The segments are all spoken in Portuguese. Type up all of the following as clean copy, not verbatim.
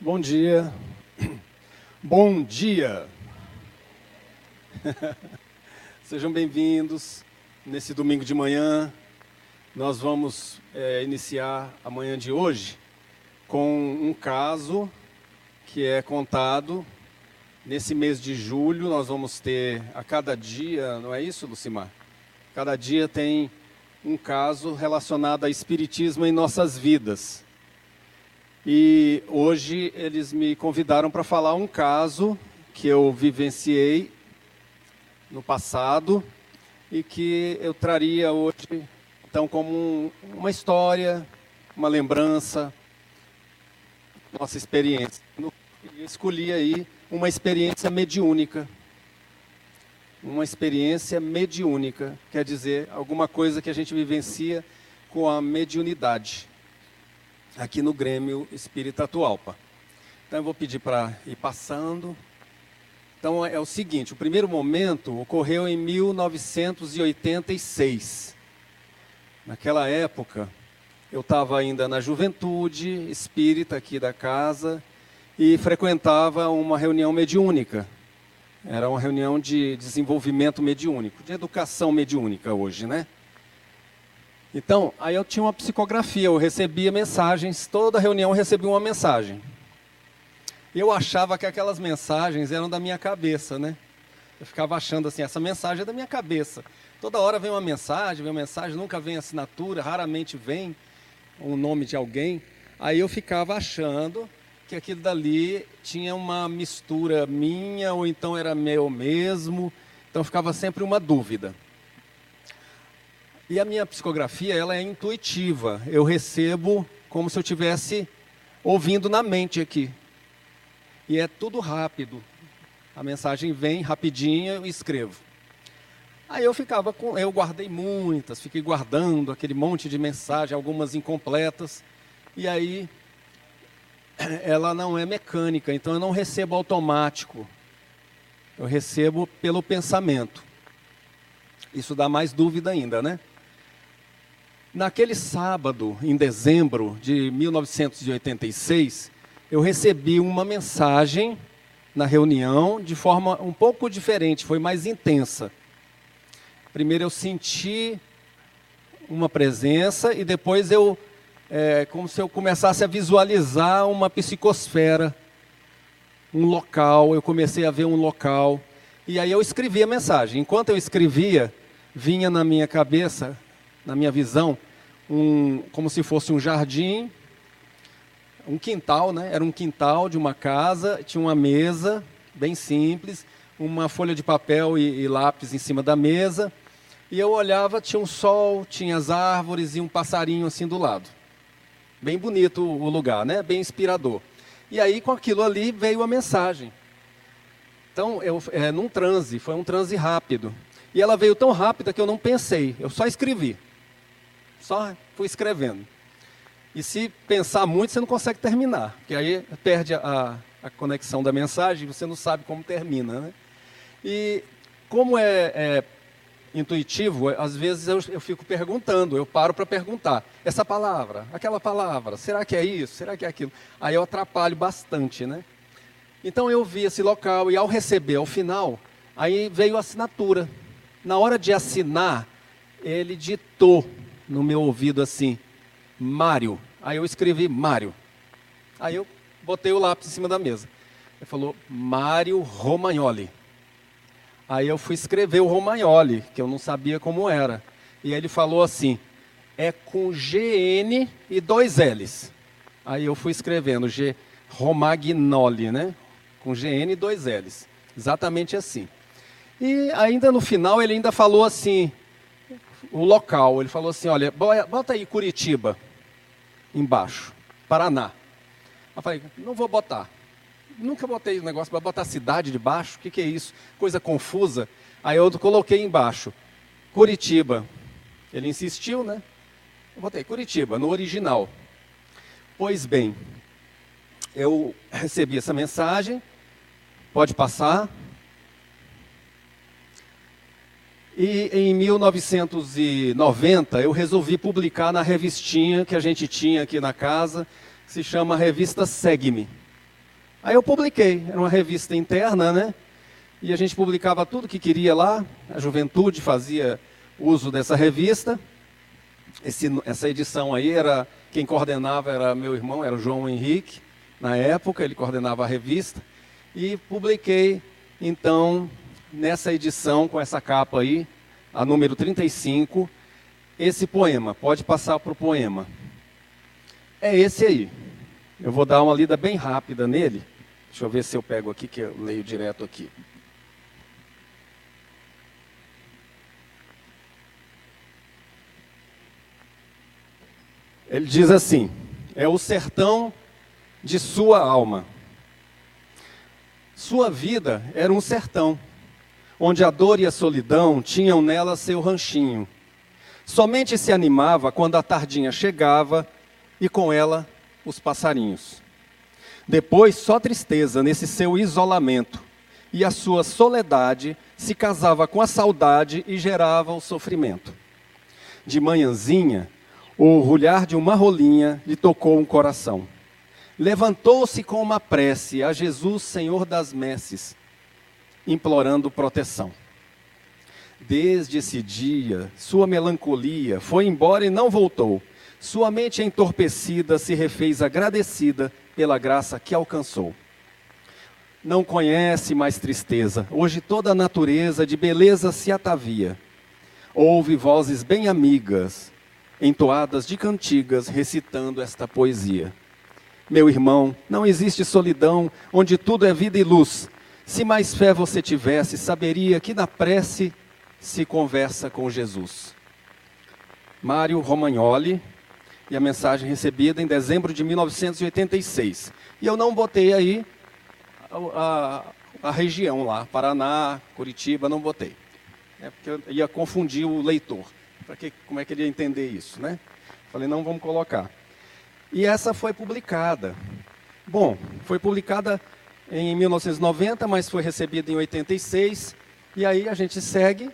Bom dia. Bom dia. Sejam bem-vindos nesse domingo de manhã. Nós vamos iniciar a manhã de hoje com um caso que é contado nesse mês de julho. Nós vamos ter a cada dia, não é isso, Lucimar? Cada dia tem um caso relacionado a espiritismo em nossas vidas. E hoje eles me convidaram para falar um caso que eu vivenciei no passado e que eu traria hoje, então, como uma história, uma lembrança, nossa experiência. Eu escolhi aí uma experiência mediúnica. Uma experiência mediúnica, quer dizer, alguma coisa que a gente vivencia com a mediunidade, aqui no Grêmio Espírita Atualpa. Então eu vou pedir para ir passando. Então é o seguinte, o primeiro momento ocorreu em 1986. Naquela época, eu estava ainda na juventude espírita aqui da casa e frequentava uma reunião mediúnica. Era uma reunião de desenvolvimento mediúnico, de educação mediúnica hoje, né? Então, aí eu tinha uma psicografia, eu recebia mensagens, toda reunião eu recebia uma mensagem. Eu achava que aquelas mensagens eram da minha cabeça, né? Eu ficava achando assim, essa mensagem é da minha cabeça. Toda hora vem uma mensagem, nunca vem assinatura, raramente vem o nome de alguém. Aí eu ficava achando que aquilo dali tinha uma mistura minha, ou então era meu mesmo. Então ficava sempre uma dúvida. E a minha psicografia, ela é intuitiva. Eu recebo como se eu estivesse ouvindo na mente aqui. E é tudo rápido. A mensagem vem rapidinho, eu escrevo. Aí eu guardei muitas, fiquei guardando aquele monte de mensagem, algumas incompletas. E aí, ela não é mecânica, então eu não recebo automático. Eu recebo pelo pensamento. Isso dá mais dúvida ainda, né? Naquele sábado, em dezembro de 1986, eu recebi uma mensagem na reunião de forma um pouco diferente, foi mais intensa. Primeiro eu senti uma presença e depois como se eu começasse a visualizar uma psicosfera, um local, eu comecei a ver um local. E aí eu escrevi a mensagem. Enquanto eu escrevia, vinha na minha cabeça, na minha visão, como se fosse um jardim, um quintal, né? Era um quintal de uma casa, tinha uma mesa bem simples, uma folha de papel e lápis em cima da mesa, e eu olhava, tinha um sol, tinha as árvores e um passarinho assim do lado. Bem bonito o lugar, né? Bem inspirador. E aí com aquilo ali veio a mensagem. Então, num transe, foi um transe rápido. E ela veio tão rápida que eu não pensei, eu só escrevi. Só fui escrevendo. E se pensar muito, você não consegue terminar. Porque aí perde a conexão da mensagem, você não sabe como termina, né? E como é intuitivo, às vezes eu fico perguntando, eu paro para perguntar. Essa palavra, aquela palavra, será que é isso? Será que é aquilo? Aí eu atrapalho bastante, né? Então eu vi esse local e ao receber, ao final, aí veio a assinatura. Na hora de assinar, ele ditou no meu ouvido assim, Mário. Aí eu escrevi Mário. Aí eu botei o lápis em cima da mesa. Ele falou Mário Romagnoli. Aí eu fui escrever o Romagnoli, que eu não sabia como era. E aí ele falou assim, é com GN e 2 L's. Aí eu fui escrevendo Romagnoli, né? Com GN e 2 L's. Exatamente assim. E ainda no final ele ainda falou assim, o local, ele falou assim, olha, bota aí Curitiba, embaixo, Paraná. Eu falei, não vou botar. Nunca botei o negócio para botar cidade de baixo, o que é isso? Coisa confusa. Aí eu coloquei embaixo, Curitiba. Ele insistiu, né? Eu botei Curitiba, no original. Pois bem, eu recebi essa mensagem, pode passar. E em 1990 eu resolvi publicar na revistinha que a gente tinha aqui na casa, que se chama Revista Segue-me. Aí eu publiquei, era uma revista interna, né? E a gente publicava tudo que queria lá, a juventude fazia uso dessa revista. Essa edição aí, quem coordenava era meu irmão, era o João Henrique, na época, ele coordenava a revista. E publiquei, então, nessa edição, com essa capa aí, a número 35, esse poema. Pode passar para o poema. É esse aí. Eu vou dar uma lida bem rápida nele. Deixa eu ver se eu pego aqui, que eu leio direto aqui. Ele diz assim: é o sertão de sua alma. Sua vida era um sertão, onde a dor e a solidão tinham nela seu ranchinho. Somente se animava quando a tardinha chegava e com ela os passarinhos. Depois só tristeza nesse seu isolamento, e a sua soledade se casava com a saudade e gerava o sofrimento. De manhãzinha, o rulhar de uma rolinha lhe tocou um coração. Levantou-se com uma prece a Jesus, Senhor das Messes, implorando proteção. Desde esse dia, sua melancolia foi embora e não voltou. Sua mente entorpecida se refez agradecida pela graça que alcançou. Não conhece mais tristeza, hoje toda a natureza de beleza se atavia. Ouve vozes bem amigas, entoadas de cantigas, recitando esta poesia. Meu irmão, não existe solidão, onde tudo é vida e luz. Se mais fé você tivesse, saberia que na prece se conversa com Jesus. Mário Romagnoli, e a mensagem recebida em dezembro de 1986. E eu não botei aí a região lá, Paraná, Curitiba, não botei. Porque eu ia confundir o leitor. Como é que ele ia entender isso, né? Falei, não, vamos colocar. E essa foi publicada. Bom, foi publicada em 1990, mas foi recebida em 86. E aí a gente segue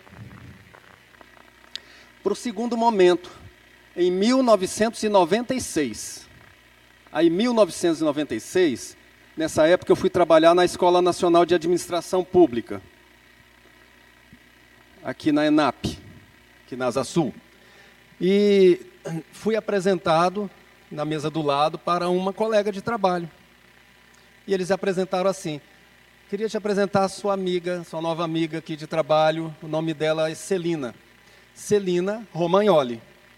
para o segundo momento, em 1996. Aí, em 1996, nessa época eu fui trabalhar na Escola Nacional de Administração Pública, aqui na ENAP, aqui na Asa Sul. E fui apresentado na mesa do lado para uma colega de trabalho. E eles apresentaram assim: queria te apresentar a sua amiga, sua nova amiga aqui de trabalho, o nome dela é Celina. Celina Romagnoli.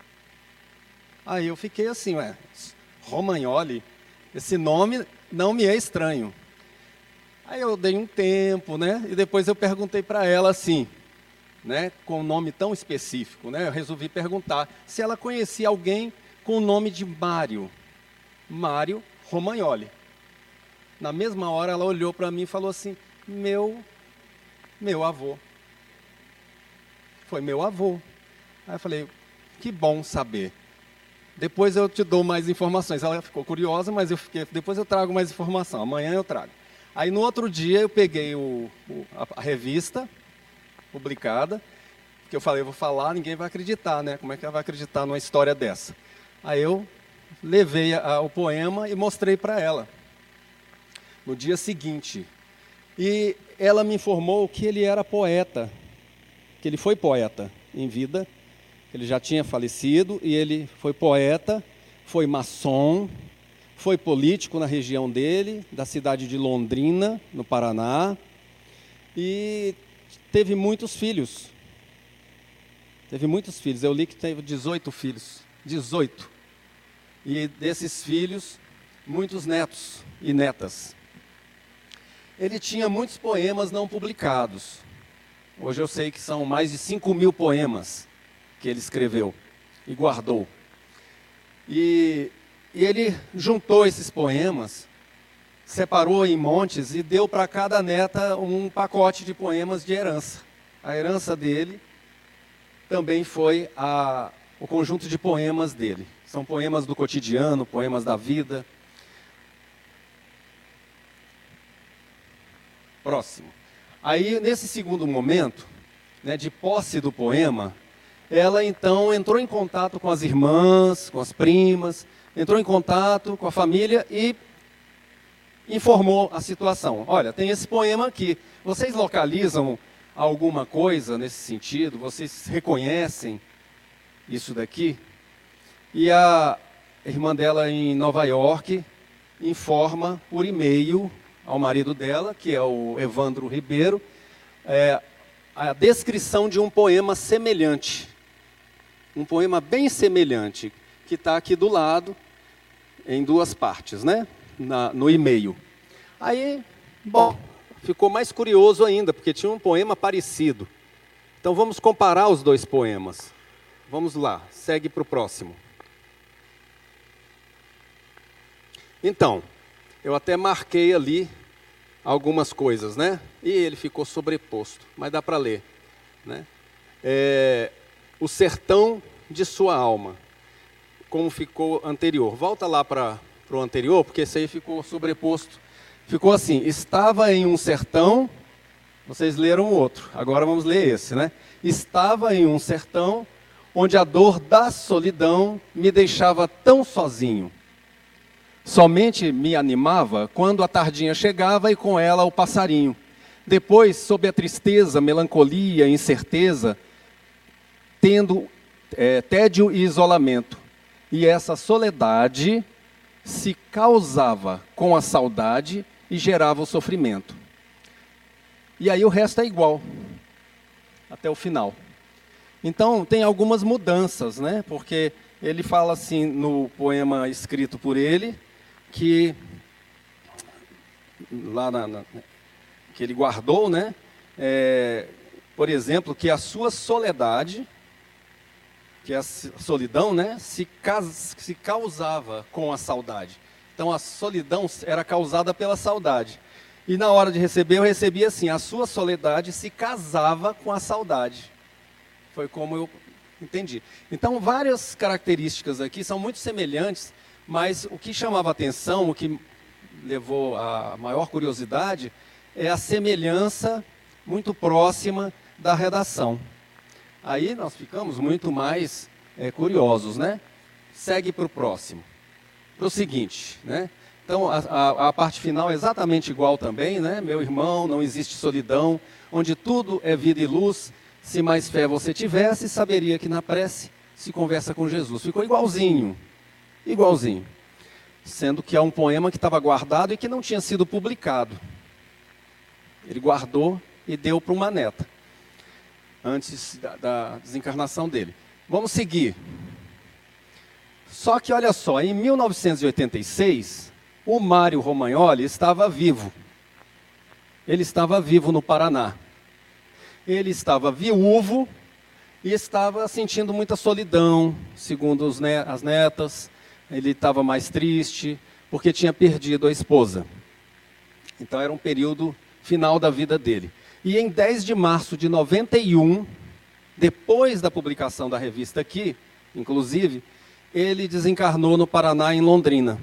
Aí eu fiquei assim, Romagnoli, esse nome não me é estranho. Aí eu dei um tempo, né? E depois eu perguntei para ela assim, né, com um nome tão específico, né? Eu resolvi perguntar se ela conhecia alguém com o nome de Mário Romagnoli. Na mesma hora ela olhou para mim e falou assim: meu avô. Foi meu avô. Aí eu falei: que bom saber. Depois eu te dou mais informações. Ela ficou curiosa, mas depois eu trago mais informação. Amanhã eu trago. Aí no outro dia eu peguei a revista publicada, que eu falei, eu vou falar, ninguém vai acreditar, né? Como é que ela vai acreditar numa história dessa? Aí eu levei o poema e mostrei para ela, no dia seguinte. E ela me informou que ele era poeta, que ele foi poeta em vida, ele já tinha falecido, e ele foi poeta, foi maçom, foi político na região dele, da cidade de Londrina, no Paraná, e teve muitos filhos. Teve muitos filhos. Eu li que teve 18 filhos. 18. E desses filhos, muitos netos e netas. Ele tinha muitos poemas não publicados. Hoje eu sei que são mais de 5.000 poemas que ele escreveu e guardou. E ele juntou esses poemas, separou em montes e deu para cada neta um pacote de poemas de herança. A herança dele também foi o conjunto de poemas dele. São poemas do cotidiano, poemas da vida. Próximo. Aí, nesse segundo momento, né, de posse do poema, ela então entrou em contato com as irmãs, com as primas, entrou em contato com a família e informou a situação. Olha, tem esse poema aqui. Vocês localizam alguma coisa nesse sentido? Vocês reconhecem isso daqui? E a irmã dela em Nova York informa por e-mail ao marido dela, que é o Evandro Ribeiro, a descrição de um poema semelhante. Um poema bem semelhante, que está aqui do lado, em duas partes, né? No e-mail. Aí, bom, ficou mais curioso ainda, porque tinha um poema parecido. Então vamos comparar os dois poemas. Vamos lá, segue para o próximo. Então, eu até marquei ali algumas coisas, né? E ele ficou sobreposto, mas dá para ler, né? O sertão de sua alma, como ficou anterior. Volta lá para o anterior, porque esse aí ficou sobreposto. Ficou assim: estava em um sertão, vocês leram o outro, agora vamos ler esse, né? Estava em um sertão, onde a dor da solidão me deixava tão sozinho. Somente me animava quando a tardinha chegava e com ela o passarinho. Depois, sob a tristeza, melancolia, incerteza, tendo tédio e isolamento. E essa soledade se causava com a saudade e gerava o sofrimento. E aí o resto é igual, até o final. Então, tem algumas mudanças, né? Porque ele fala assim, no poema escrito por ele, que lá que ele guardou, né? Por exemplo, que a sua soledade, que a solidão, né, se causava com a saudade. Então a solidão era causada pela saudade. E na hora de receber, eu recebi assim: a sua soledade se casava com a saudade. Foi como eu entendi. Então várias características aqui são muito semelhantes, mas o que chamava atenção, o que levou a maior curiosidade, é a semelhança muito próxima da redação. Aí nós ficamos muito mais curiosos, né? Segue para o próximo. Para o seguinte, né? Então a parte final é exatamente igual também, né? Meu irmão, não existe solidão, onde tudo é vida e luz. Se mais fé você tivesse, saberia que na prece se conversa com Jesus. Ficou igualzinho. Igualzinho. Sendo que é um poema que estava guardado e que não tinha sido publicado. Ele guardou e deu para uma neta, antes da desencarnação dele. Vamos seguir. Só que, olha só, em 1986, o Mário Romagnoli estava vivo. Ele estava vivo no Paraná. Ele estava viúvo e estava sentindo muita solidão, segundo as netas. Ele estava mais triste, porque tinha perdido a esposa. Então era um período final da vida dele. E em 10 de março de 91, depois da publicação da revista aqui, inclusive, ele desencarnou no Paraná, em Londrina.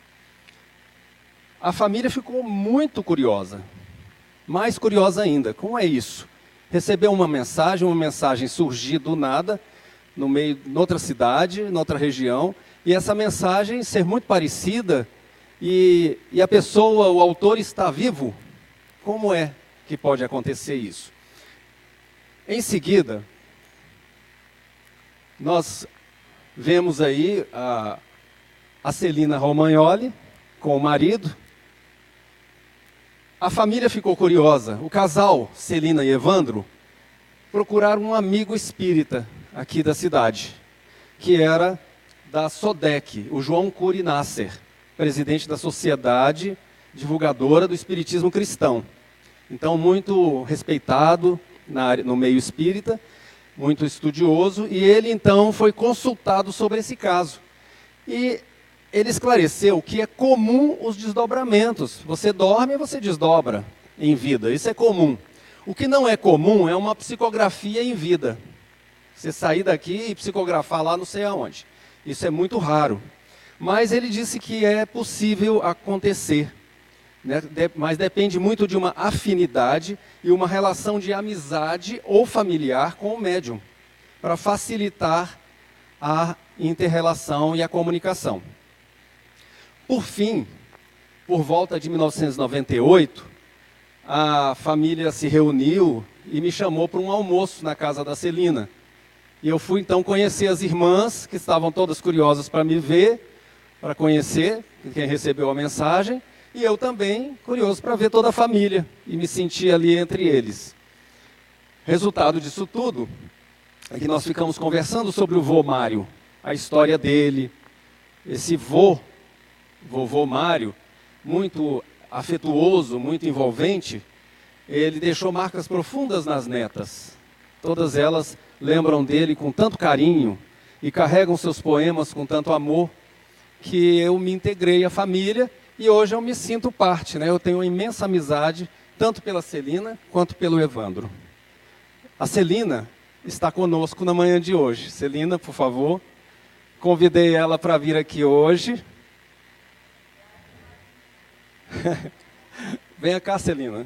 A família ficou muito curiosa, mais curiosa ainda. Como é isso? Recebeu uma mensagem surgir do nada, noutra cidade, noutra região, e essa mensagem ser muito parecida, e a pessoa, o autor, está vivo. Como é que pode acontecer isso? Em seguida, nós vemos aí a Celina Romagnoli com o marido. A família ficou curiosa. O casal, Celina e Evandro, procuraram um amigo espírita aqui da cidade, que era da SODEC, o João Cury Nasser, presidente da Sociedade Divulgadora do Espiritismo Cristão. Então, muito respeitado no meio espírita, muito estudioso, e ele então foi consultado sobre esse caso. E ele esclareceu que é comum os desdobramentos. Você dorme e você desdobra em vida, isso é comum. O que não é comum é uma psicografia em vida. Você sair daqui e psicografar lá não sei aonde. Isso é muito raro. Mas ele disse que é possível acontecer, né? Mas depende muito de uma afinidade e uma relação de amizade ou familiar com o médium, para facilitar a inter-relação e a comunicação. Por por volta de 1998, a família se reuniu e me chamou para um almoço na casa da Celina. E eu fui então conhecer as irmãs, que estavam todas curiosas para me ver, para conhecer quem recebeu a mensagem, e eu também curioso para ver toda a família, e me senti ali entre eles. Resultado disso tudo é que nós ficamos conversando sobre o vô Mário, a história dele. Esse vovô Mário, muito afetuoso, muito envolvente, ele deixou marcas profundas nas netas. Todas elas lembram dele com tanto carinho e carregam seus poemas com tanto amor, que eu me integrei à família e hoje eu me sinto parte, né? Eu tenho uma imensa amizade, tanto pela Celina quanto pelo Evandro. A Celina está conosco na manhã de hoje. Celina, por favor. Convidei ela para vir aqui hoje. Venha cá, Celina.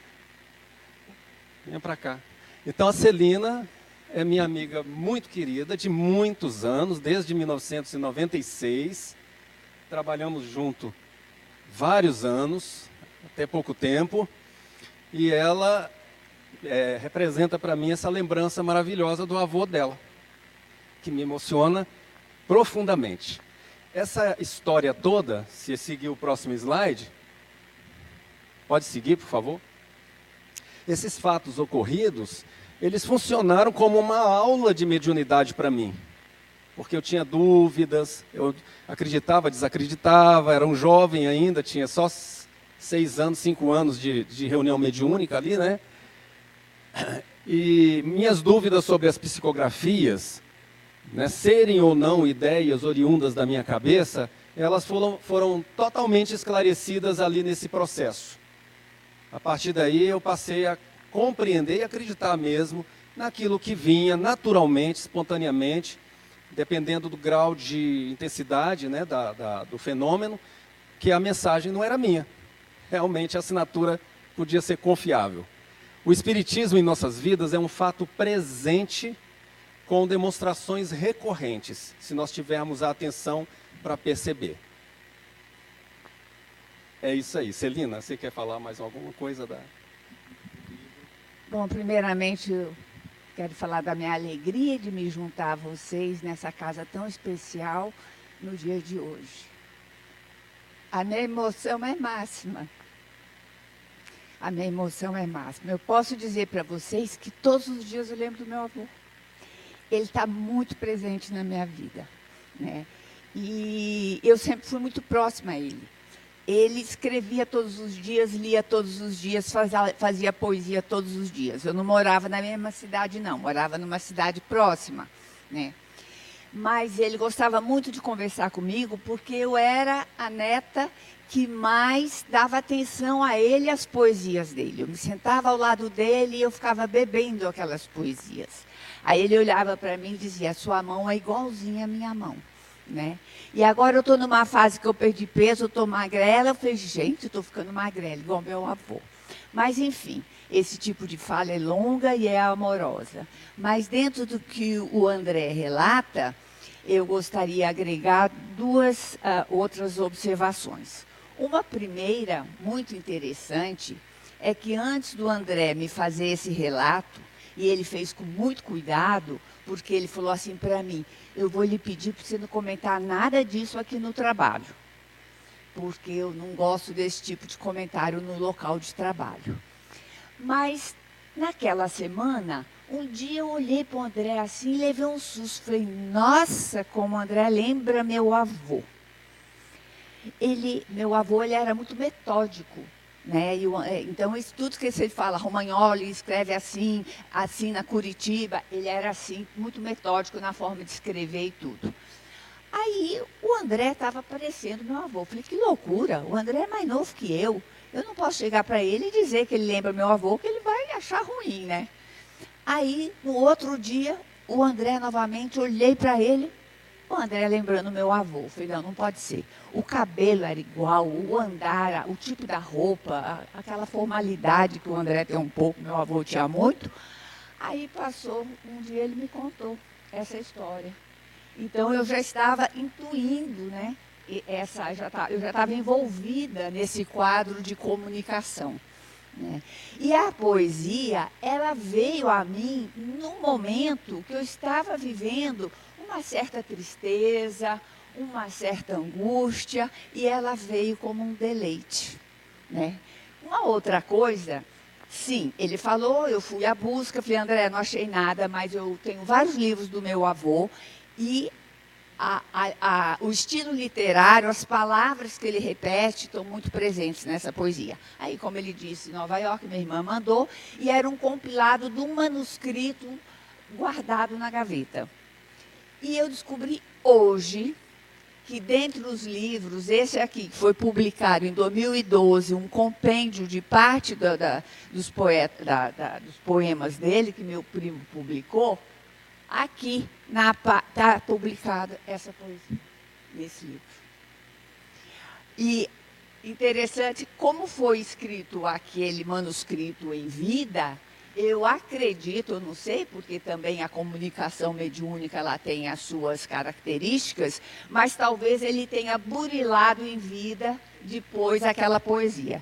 Venha para cá. Então, a Celina é minha amiga muito querida, de muitos anos, desde 1996. Trabalhamos junto vários anos, até pouco tempo. E ela representa para mim essa lembrança maravilhosa do avô dela, que me emociona profundamente. Essa história toda, se seguir o próximo slide, pode seguir, por favor? Esses fatos ocorridos, eles funcionaram como uma aula de mediunidade para mim, porque eu tinha dúvidas, eu acreditava, desacreditava, era um jovem ainda, tinha só 6 anos, 5 anos de reunião mediúnica ali, né? E minhas dúvidas sobre as psicografias, né, serem ou não ideias oriundas da minha cabeça, elas foram totalmente esclarecidas ali nesse processo. A partir daí eu passei a compreender e acreditar mesmo naquilo que vinha naturalmente, espontaneamente, dependendo do grau de intensidade, né, do fenômeno, que a mensagem não era minha. Realmente a assinatura podia ser confiável. O espiritismo em nossas vidas é um fato presente com demonstrações recorrentes, se nós tivermos a atenção para perceber. É isso aí. Celina, você quer falar mais alguma coisa da... Bom, primeiramente, eu quero falar da minha alegria de me juntar a vocês nessa casa tão especial no dia de hoje. A minha emoção é máxima. A minha emoção é máxima. Eu posso dizer para vocês que todos os dias eu lembro do meu avô. Ele está muito presente na minha vida, né? E eu sempre fui muito próxima a ele. Ele escrevia todos os dias, lia todos os dias, fazia poesia todos os dias. Eu não morava na mesma cidade, não. Morava numa cidade próxima, né? Mas ele gostava muito de conversar comigo, porque eu era a neta que mais dava atenção a ele e às poesias dele. Eu me sentava ao lado dele e eu ficava bebendo aquelas poesias. Aí ele olhava para mim e dizia, sua mão é igualzinha à minha mão, né? E agora eu estou numa fase que eu perdi peso, eu estou magrela. Eu falei, gente, eu estou ficando magrela, igual meu avô. Mas, enfim, esse tipo de fala é longa e é amorosa. Mas dentro do que o André relata, eu gostaria de agregar 2 outras observações. Uma primeira, muito interessante, é que antes do André me fazer esse relato, e ele fez com muito cuidado, porque ele falou assim para mim, eu vou lhe pedir para você não comentar nada disso aqui no trabalho, porque eu não gosto desse tipo de comentário no local de trabalho. Mas, naquela semana, um dia eu olhei para o André assim e levei um susto. Falei, nossa, como o André lembra meu avô. Meu avô ele era muito metódico, né? Então, isso tudo que ele fala, Romagnoli escreve assim, assim na Curitiba, ele era assim, muito metódico na forma de escrever e tudo. Aí o André estava parecendo meu avô. Falei, que loucura, o André é mais novo que eu. Eu não posso chegar para ele e dizer que ele lembra meu avô, que ele vai achar ruim, né? Aí, no outro dia, o André novamente, olhei para ele, o André lembrando meu avô. Falei, não pode ser. O cabelo era igual, o andar, o tipo da roupa, aquela formalidade que o André tem um pouco, meu avô tinha muito. Aí passou, um dia ele me contou essa história. Então eu já estava intuindo, né, eu já estava envolvida nesse quadro de comunicação, né? E a poesia, ela veio a mim num momento que eu estava vivendo uma certa tristeza, uma certa angústia, e ela veio como um deleite, né? Uma outra coisa, sim, ele falou, eu fui à busca, falei, André, não achei nada, mas eu tenho vários livros do meu avô, e o estilo literário, as palavras que ele repete estão muito presentes nessa poesia. Aí, como ele disse, Nova York, minha irmã mandou, e era um compilado de um manuscrito guardado na gaveta. E eu descobri hoje que, dentre os livros, esse aqui, que foi publicado em 2012, um compêndio de parte dos poemas dele, que meu primo publicou, aqui está publicada essa poesia, nesse livro. E interessante, como foi escrito aquele manuscrito em vida, eu acredito, eu não sei, porque também a comunicação mediúnica ela tem as suas características, mas talvez ele tenha burilado em vida depois aquela poesia.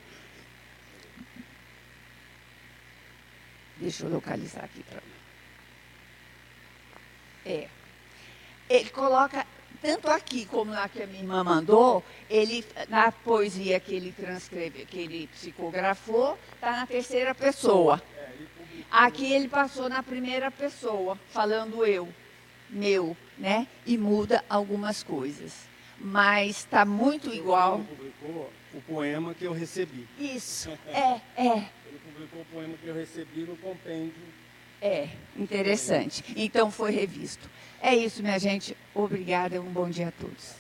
Deixa eu localizar aqui para mim. Ele coloca, tanto aqui como na que a minha irmã mandou, na poesia que ele transcreveu, que ele psicografou, está na terceira pessoa. Aqui ele passou na primeira pessoa, falando meu, né? E muda algumas coisas. Mas está muito igual. Ele publicou o poema que eu recebi. Isso, Ele publicou o poema que eu recebi no compêndio. Interessante. Então foi revisto. É isso, minha gente. Obrigada, um bom dia a todos.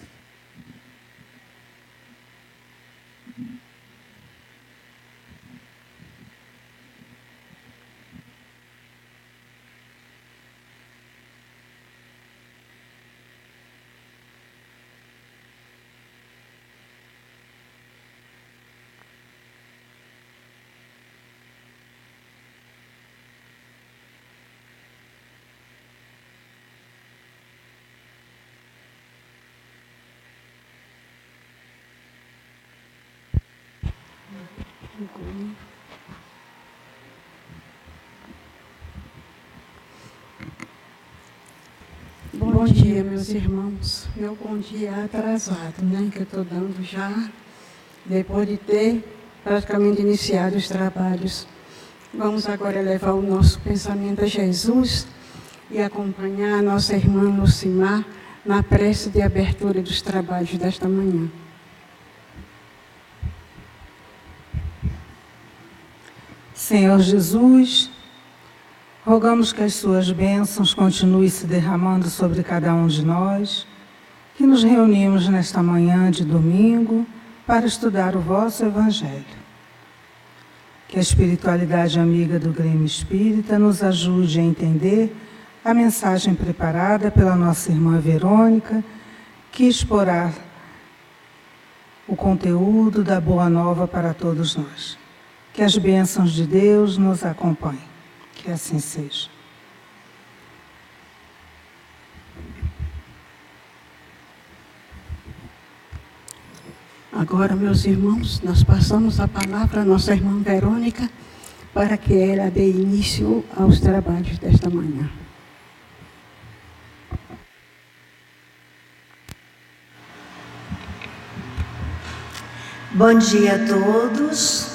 Bom dia, meus irmãos. Meu bom dia atrasado, né? Que eu estou dando já, depois de ter praticamente iniciado os trabalhos. Vamos agora levar o nosso pensamento a Jesus e acompanhar a nossa irmã Lucimar na prece de abertura dos trabalhos desta manhã. Senhor Jesus, rogamos que as suas bênçãos continuem se derramando sobre cada um de nós, que nos reunimos nesta manhã de domingo para estudar o vosso Evangelho. Que a espiritualidade amiga do Grêmio Espírita nos ajude a entender a mensagem preparada pela nossa irmã Verônica, que exporá o conteúdo da Boa Nova para todos nós. Que as bênçãos de Deus nos acompanhem. Que assim seja. Agora, meus irmãos, nós passamos a palavra à nossa irmã Verônica para que ela dê início aos trabalhos desta manhã. Bom dia a todos.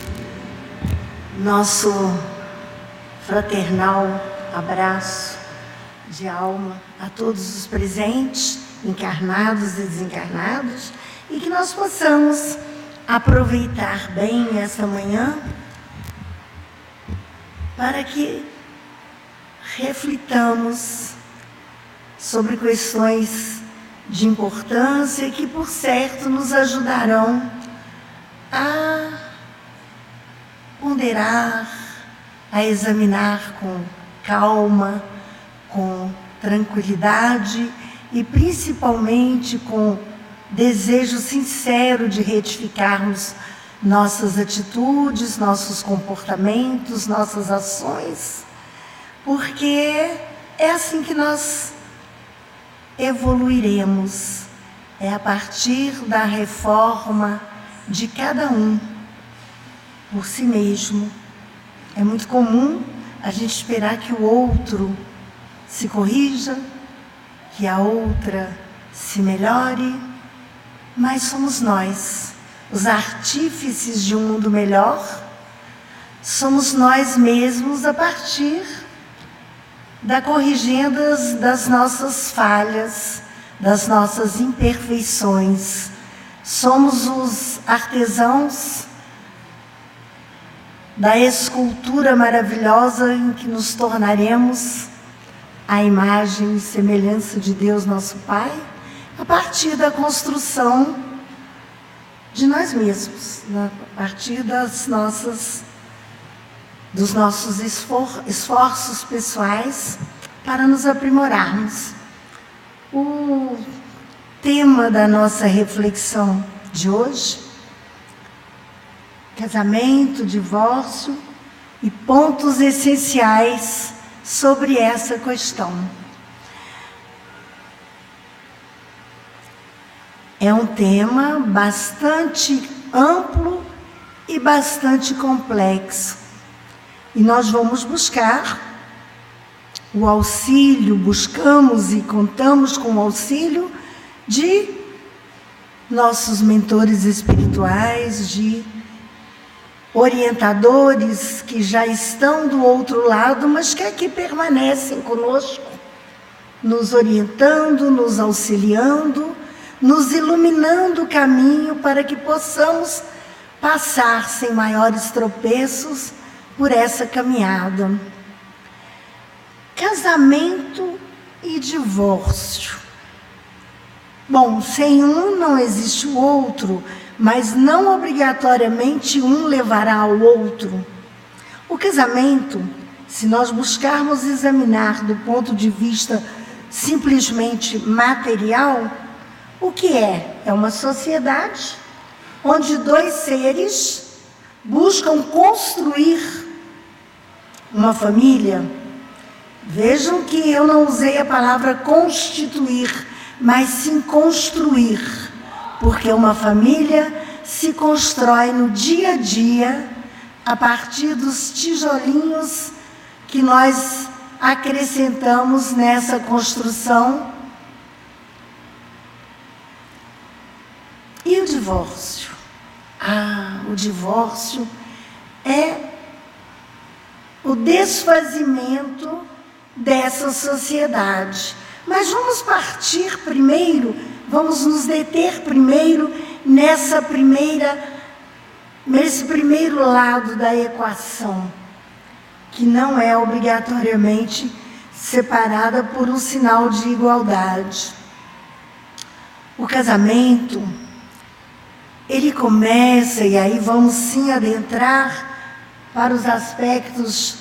Nosso fraternal abraço de alma a todos os presentes, encarnados e desencarnados, e que nós possamos aproveitar bem essa manhã para que reflitamos sobre questões de importância que, por certo, nos ajudarão a ponderar, a examinar com calma, com tranquilidade e principalmente com desejo sincero de retificarmos nossas atitudes, nossos comportamentos, nossas ações, porque é assim que nós evoluiremos é a partir da reforma de cada um por si mesmo. É muito comum a gente esperar que o outro se corrija, que a outra se melhore, mas somos nós, os artífices de um mundo melhor, somos nós mesmos a partir da corrigenda das nossas falhas, das nossas imperfeições. Somos os artesãos da escultura maravilhosa em que nos tornaremos a imagem e semelhança de Deus, nosso Pai, a partir da construção de nós mesmos, a partir dos nossos esforços pessoais para nos aprimorarmos. O tema da nossa reflexão de hoje: casamento, divórcio e pontos essenciais sobre essa questão. É um tema bastante amplo e bastante complexo. E nós vamos buscar o auxílio, buscamos e contamos com o auxílio de nossos mentores espirituais, de orientadores que já estão do outro lado, mas que aqui permanecem conosco, nos orientando, nos auxiliando, nos iluminando o caminho para que possamos passar sem maiores tropeços por essa caminhada. Casamento e divórcio. Bom, sem um não existe o outro, mas não obrigatoriamente um levará ao outro. O casamento, se nós buscarmos examinar do ponto de vista simplesmente material, o que é? É uma sociedade onde dois seres buscam construir uma família. Vejam que eu não usei a palavra constituir, mas sim construir, porque uma família se constrói no dia a dia a partir dos tijolinhos que nós acrescentamos nessa construção. E o divórcio? O divórcio é o desfazimento dessa sociedade. Mas vamos partir primeiro, vamos nos deter primeiro nesse primeiro lado da equação, que não é obrigatoriamente separada por um sinal de igualdade. O casamento, ele começa, e aí vamos sim adentrar para os aspectos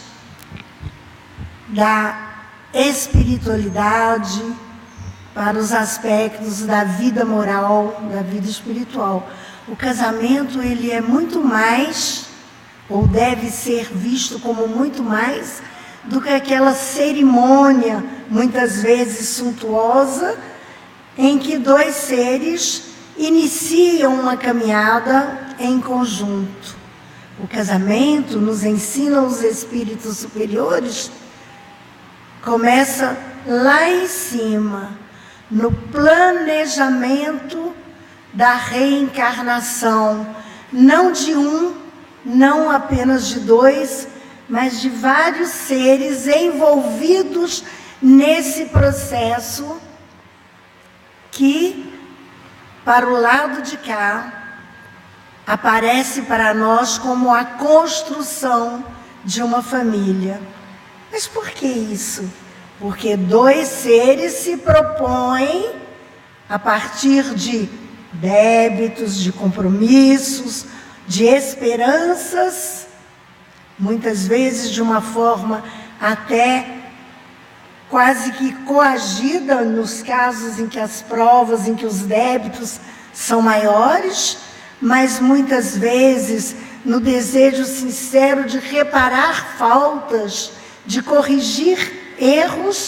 da espiritualidade, para os aspectos da vida moral, da vida espiritual. O casamento, ele é muito mais, ou deve ser visto como muito mais, do que aquela cerimônia, muitas vezes suntuosa, em que dois seres iniciam uma caminhada em conjunto. O casamento, nos ensina os espíritos superiores, começa lá em cima, no planejamento da reencarnação, não de um, não apenas de dois, mas de vários seres envolvidos nesse processo que, para o lado de cá, aparece para nós como a construção de uma família. Mas por que isso? Porque dois seres se propõem, a partir de débitos, de compromissos, de esperanças, muitas vezes de uma forma até quase que coagida, nos casos em que as provas, em que os débitos são maiores, mas muitas vezes no desejo sincero de reparar faltas, de corrigir erros,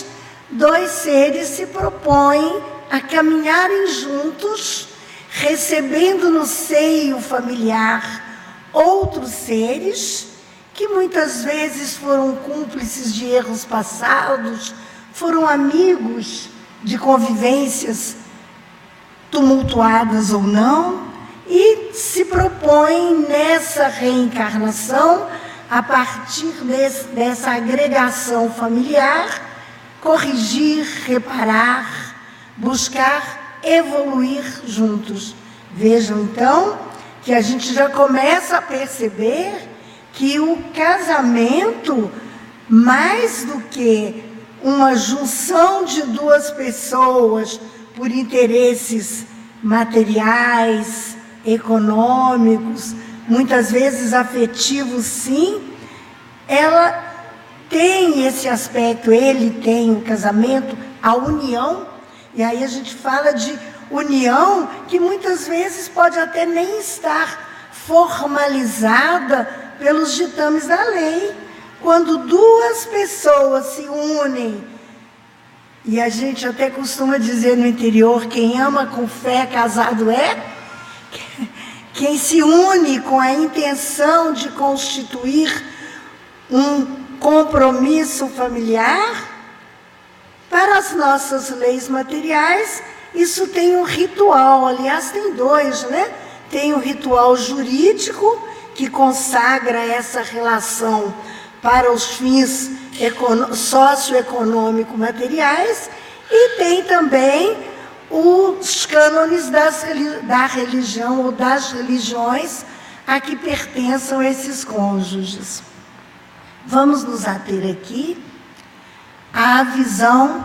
dois seres se propõem a caminharem juntos, recebendo no seio familiar outros seres que muitas vezes foram cúmplices de erros passados, foram amigos de convivências tumultuadas ou não, e se propõem nessa reencarnação, a partir dessa agregação familiar, corrigir, reparar, buscar evoluir juntos. Vejam então que a gente já começa a perceber que o casamento, mais do que uma junção de duas pessoas por interesses materiais, econômicos, muitas vezes afetivos, sim, ela tem esse aspecto, ele tem o casamento, a união, e aí a gente fala de união que muitas vezes pode até nem estar formalizada pelos ditames da lei. Quando duas pessoas se unem, e a gente até costuma dizer no interior, quem ama com fé casado é, quem se une com a intenção de constituir um compromisso familiar, para as nossas leis materiais, isso tem um ritual, aliás, tem dois, né? Tem o ritual jurídico, que consagra essa relação para os fins socioeconômicos materiais, e tem também os cânones da religião ou das religiões a que pertençam esses cônjuges. Vamos nos ater aqui à visão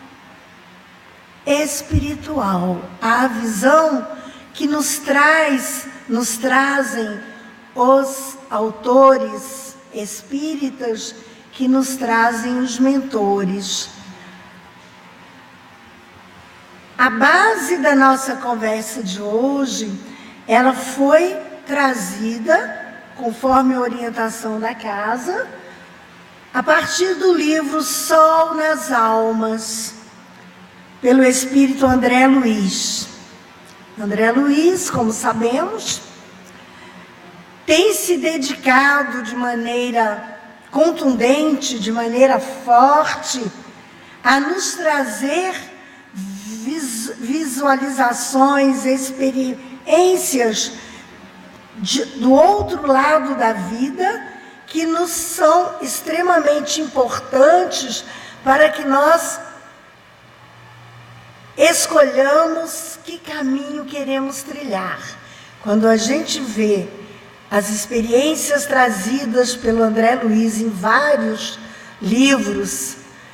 espiritual, à visão que nos trazem os autores espíritas, que nos trazem os mentores. A base da nossa conversa de hoje, ela foi trazida, conforme a orientação da casa, a partir do livro Sol nas Almas, pelo espírito André Luiz. André Luiz, como sabemos, tem se dedicado de maneira contundente, de maneira forte, a nos trazer visualizações, experiências do outro lado da vida, que nos são extremamente importantes para que nós escolhamos que caminho queremos trilhar. Quando a gente vê as experiências trazidas pelo André Luiz em vários livros,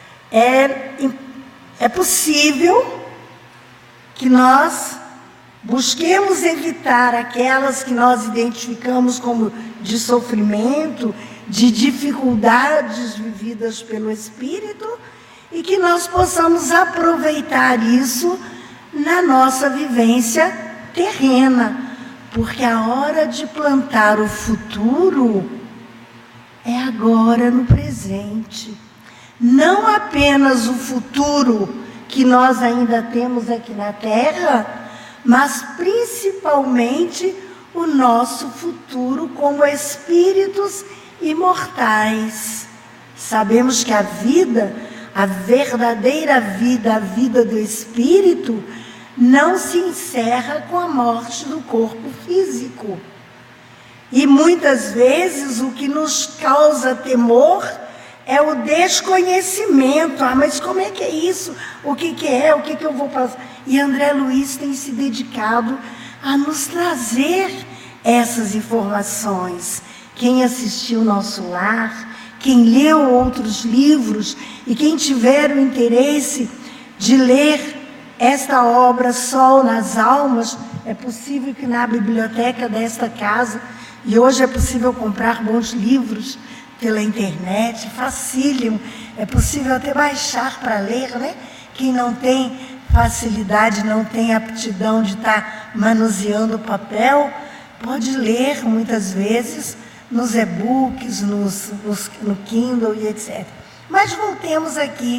é possível que nós busquemos evitar aquelas que nós identificamos como de sofrimento, de dificuldades vividas pelo espírito, e que nós possamos aproveitar isso na nossa vivência terrena, porque a hora de plantar o futuro é agora, no presente. Não apenas o futuro que nós ainda temos aqui na Terra, mas principalmente o nosso futuro como espíritos imortais. Sabemos que a vida, a verdadeira vida, a vida do espírito, não se encerra com a morte do corpo físico. E muitas vezes o que nos causa temor é o desconhecimento. Ah, mas como é que é isso? O que é? O que eu vou passar? E André Luiz tem se dedicado a nos trazer essas informações. Quem assistiu Nosso Lar, quem leu outros livros e quem tiver o interesse de ler esta obra Sol nas Almas, é possível que na biblioteca desta casa, e hoje é possível comprar bons livros pela internet, facílimo, é possível até baixar para ler, né? Quem não tem facilidade, não tem aptidão de estar manuseando o papel, pode ler muitas vezes nos e-books, no Kindle e etc. Mas voltemos aqui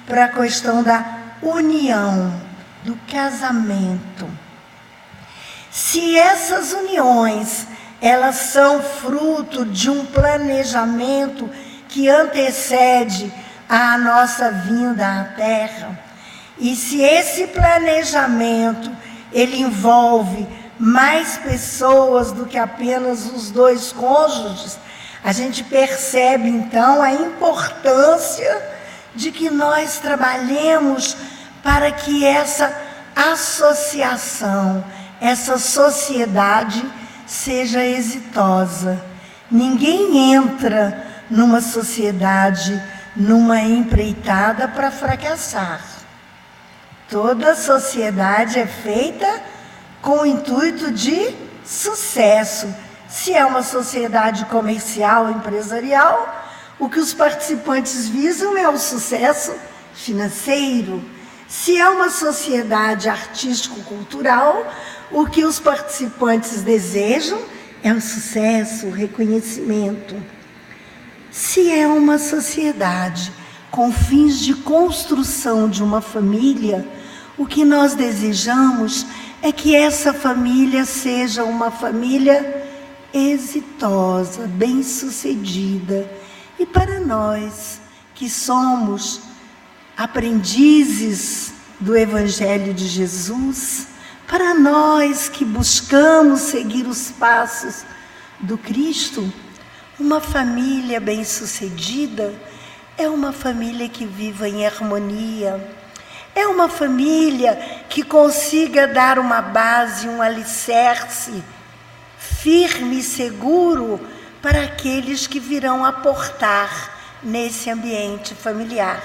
para a questão da união, do casamento. Se essas uniões, elas são fruto de um planejamento que antecede a nossa vinda à Terra, e se esse planejamento, ele envolve mais pessoas do que apenas os dois cônjuges, a gente percebe então a importância de que nós trabalhemos para que essa associação, essa sociedade seja exitosa. Ninguém entra numa sociedade, numa empreitada para fracassar. Toda sociedade é feita com o intuito de sucesso. Se é uma sociedade comercial, empresarial, o que os participantes visam é o sucesso financeiro. Se é uma sociedade artístico-cultural, o que os participantes desejam é o sucesso, o reconhecimento. Se é uma sociedade com fins de construção de uma família, o que nós desejamos é que essa família seja uma família exitosa, bem-sucedida. E para nós, que somos aprendizes do Evangelho de Jesus, para nós que buscamos seguir os passos do Cristo, uma família bem-sucedida é uma família que viva em harmonia, é uma família que consiga dar uma base, um alicerce firme e seguro para aqueles que virão aportar nesse ambiente familiar.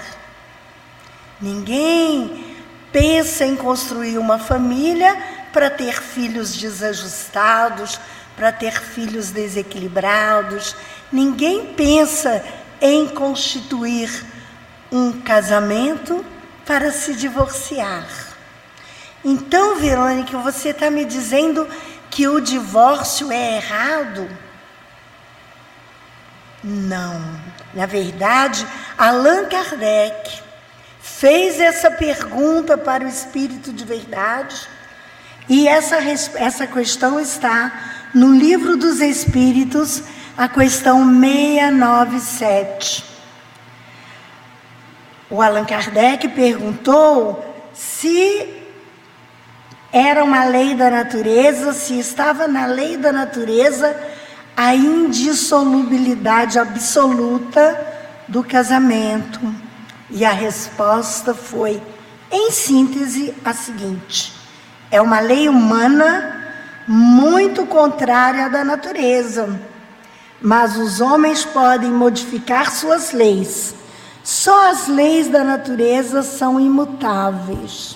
Ninguém pensa em construir uma família para ter filhos desajustados, para ter filhos desequilibrados. Ninguém pensa em constituir um casamento para se divorciar. Então, Verônica, você está me dizendo que o divórcio é errado? Não. Na verdade, Allan Kardec fez essa pergunta para o Espírito de Verdade, e essa questão está no Livro dos Espíritos, a questão 697. O Allan Kardec perguntou se era uma lei da natureza, se estava na lei da natureza a indissolubilidade absoluta do casamento. E a resposta foi, em síntese, a seguinte: é uma lei humana muito contrária à da natureza, mas os homens podem modificar suas leis. Só as leis da natureza são imutáveis.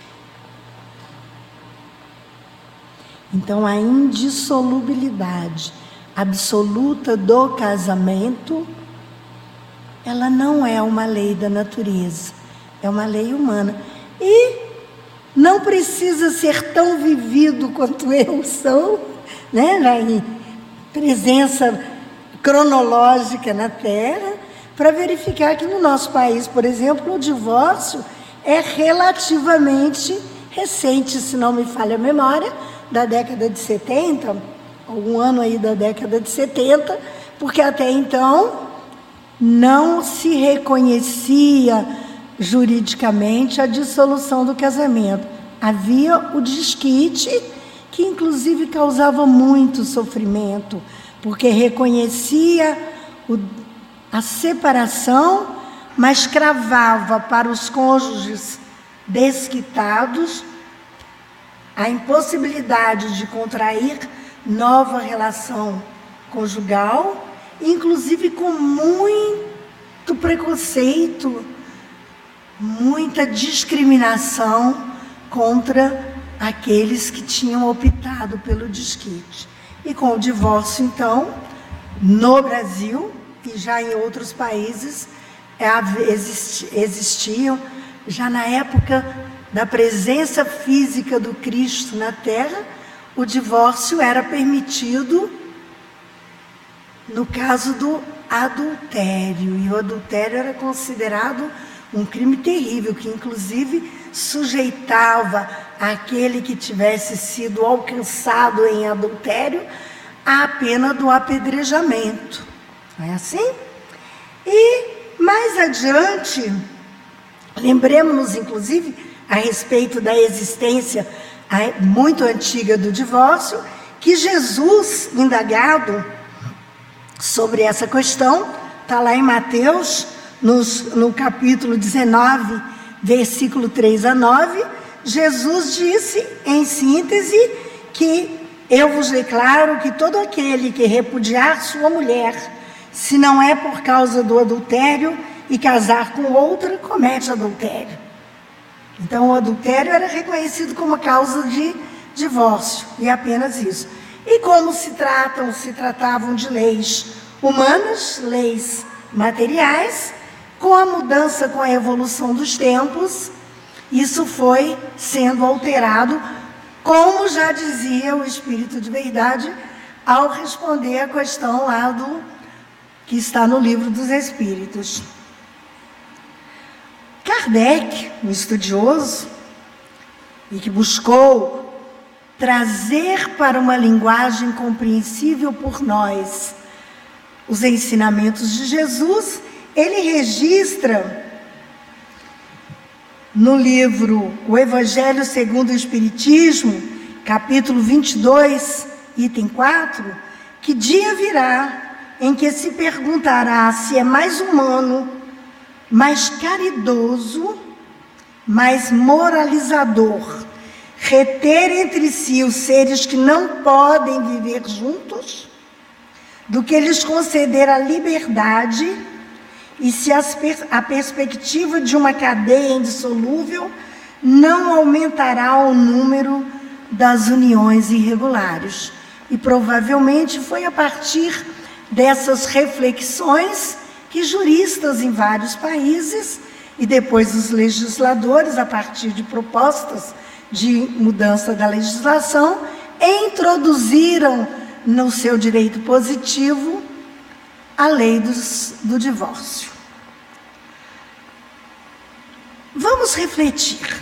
Então, a indissolubilidade absoluta do casamento, ela não é uma lei da natureza, é uma lei humana. E não precisa ser tão vivido quanto eu sou, né, na presença cronológica na Terra, para verificar que no nosso país, por exemplo, o divórcio é relativamente recente, se não me falha a memória, da década de 70, algum ano aí da década de 70, porque até então não se reconhecia juridicamente a dissolução do casamento. Havia o desquite, que inclusive causava muito sofrimento, porque reconhecia a separação, mas cravava para os cônjuges desquitados a impossibilidade de contrair nova relação conjugal, inclusive com muito preconceito, muita discriminação contra aqueles que tinham optado pelo desquite. E com o divórcio, então, no Brasil e já em outros países, existiam, já na época da presença física do Cristo na Terra, o divórcio era permitido no caso do adultério. E o adultério era considerado um crime terrível, que inclusive sujeitava aquele que tivesse sido alcançado em adultério à pena do apedrejamento. Não é assim? E mais adiante, lembremos-nos inclusive a respeito da existência muito antiga do divórcio, que Jesus, indagado sobre essa questão, está lá em Mateus, no capítulo 19, versículo 3 a 9, Jesus disse, em síntese, que eu vos declaro que todo aquele que repudiar sua mulher, se não é por causa do adultério, e casar com outra, comete adultério. Então, o adultério era reconhecido como causa de divórcio, e apenas isso. E como se tratavam de leis humanas, leis materiais, com a mudança, com a evolução dos tempos, isso foi sendo alterado, como já dizia o Espírito de Verdade, ao responder a questão lá que está no Livro dos Espíritos. Kardec, um estudioso, e que buscou trazer para uma linguagem compreensível por nós os ensinamentos de Jesus, ele registra no livro O Evangelho segundo o Espiritismo, capítulo 22, item 4, que dia virá em que se perguntará se é mais humano, mais caridoso, mais moralizador, reter entre si os seres que não podem viver juntos, do que lhes conceder a liberdade, e se a perspectiva de uma cadeia indissolúvel não aumentará o número das uniões irregulares. E provavelmente foi a partir dessas reflexões que juristas em vários países e depois os legisladores, a partir de propostas de mudança da legislação, introduziram no seu direito positivo a lei do divórcio. Vamos refletir.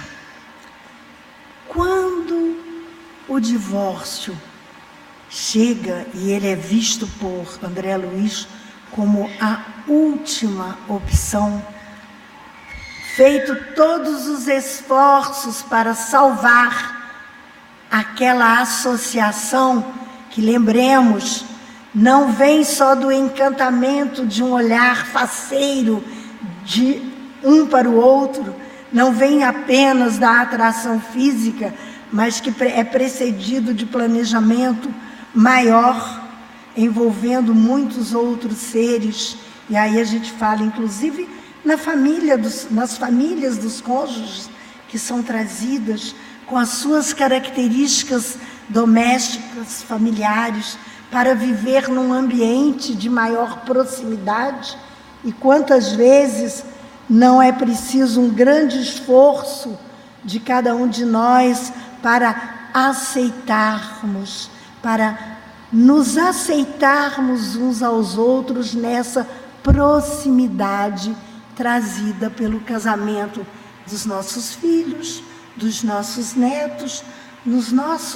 Quando o divórcio chega, e ele é visto por André Luiz como a última opção, feito todos os esforços para salvar aquela associação, que lembremos, não vem só do encantamento de um olhar faceiro de um para o outro, não vem apenas da atração física, mas que é precedido de planejamento maior, envolvendo muitos outros seres. E aí a gente fala, inclusive, nas famílias dos cônjuges, que são trazidas com as suas características domésticas, familiares, para viver num ambiente de maior proximidade. E quantas vezes não é preciso um grande esforço de cada um de nós para aceitarmos, para nos aceitarmos uns aos outros nessa proximidade trazida pelo casamento dos nossos filhos, dos nossos netos, nas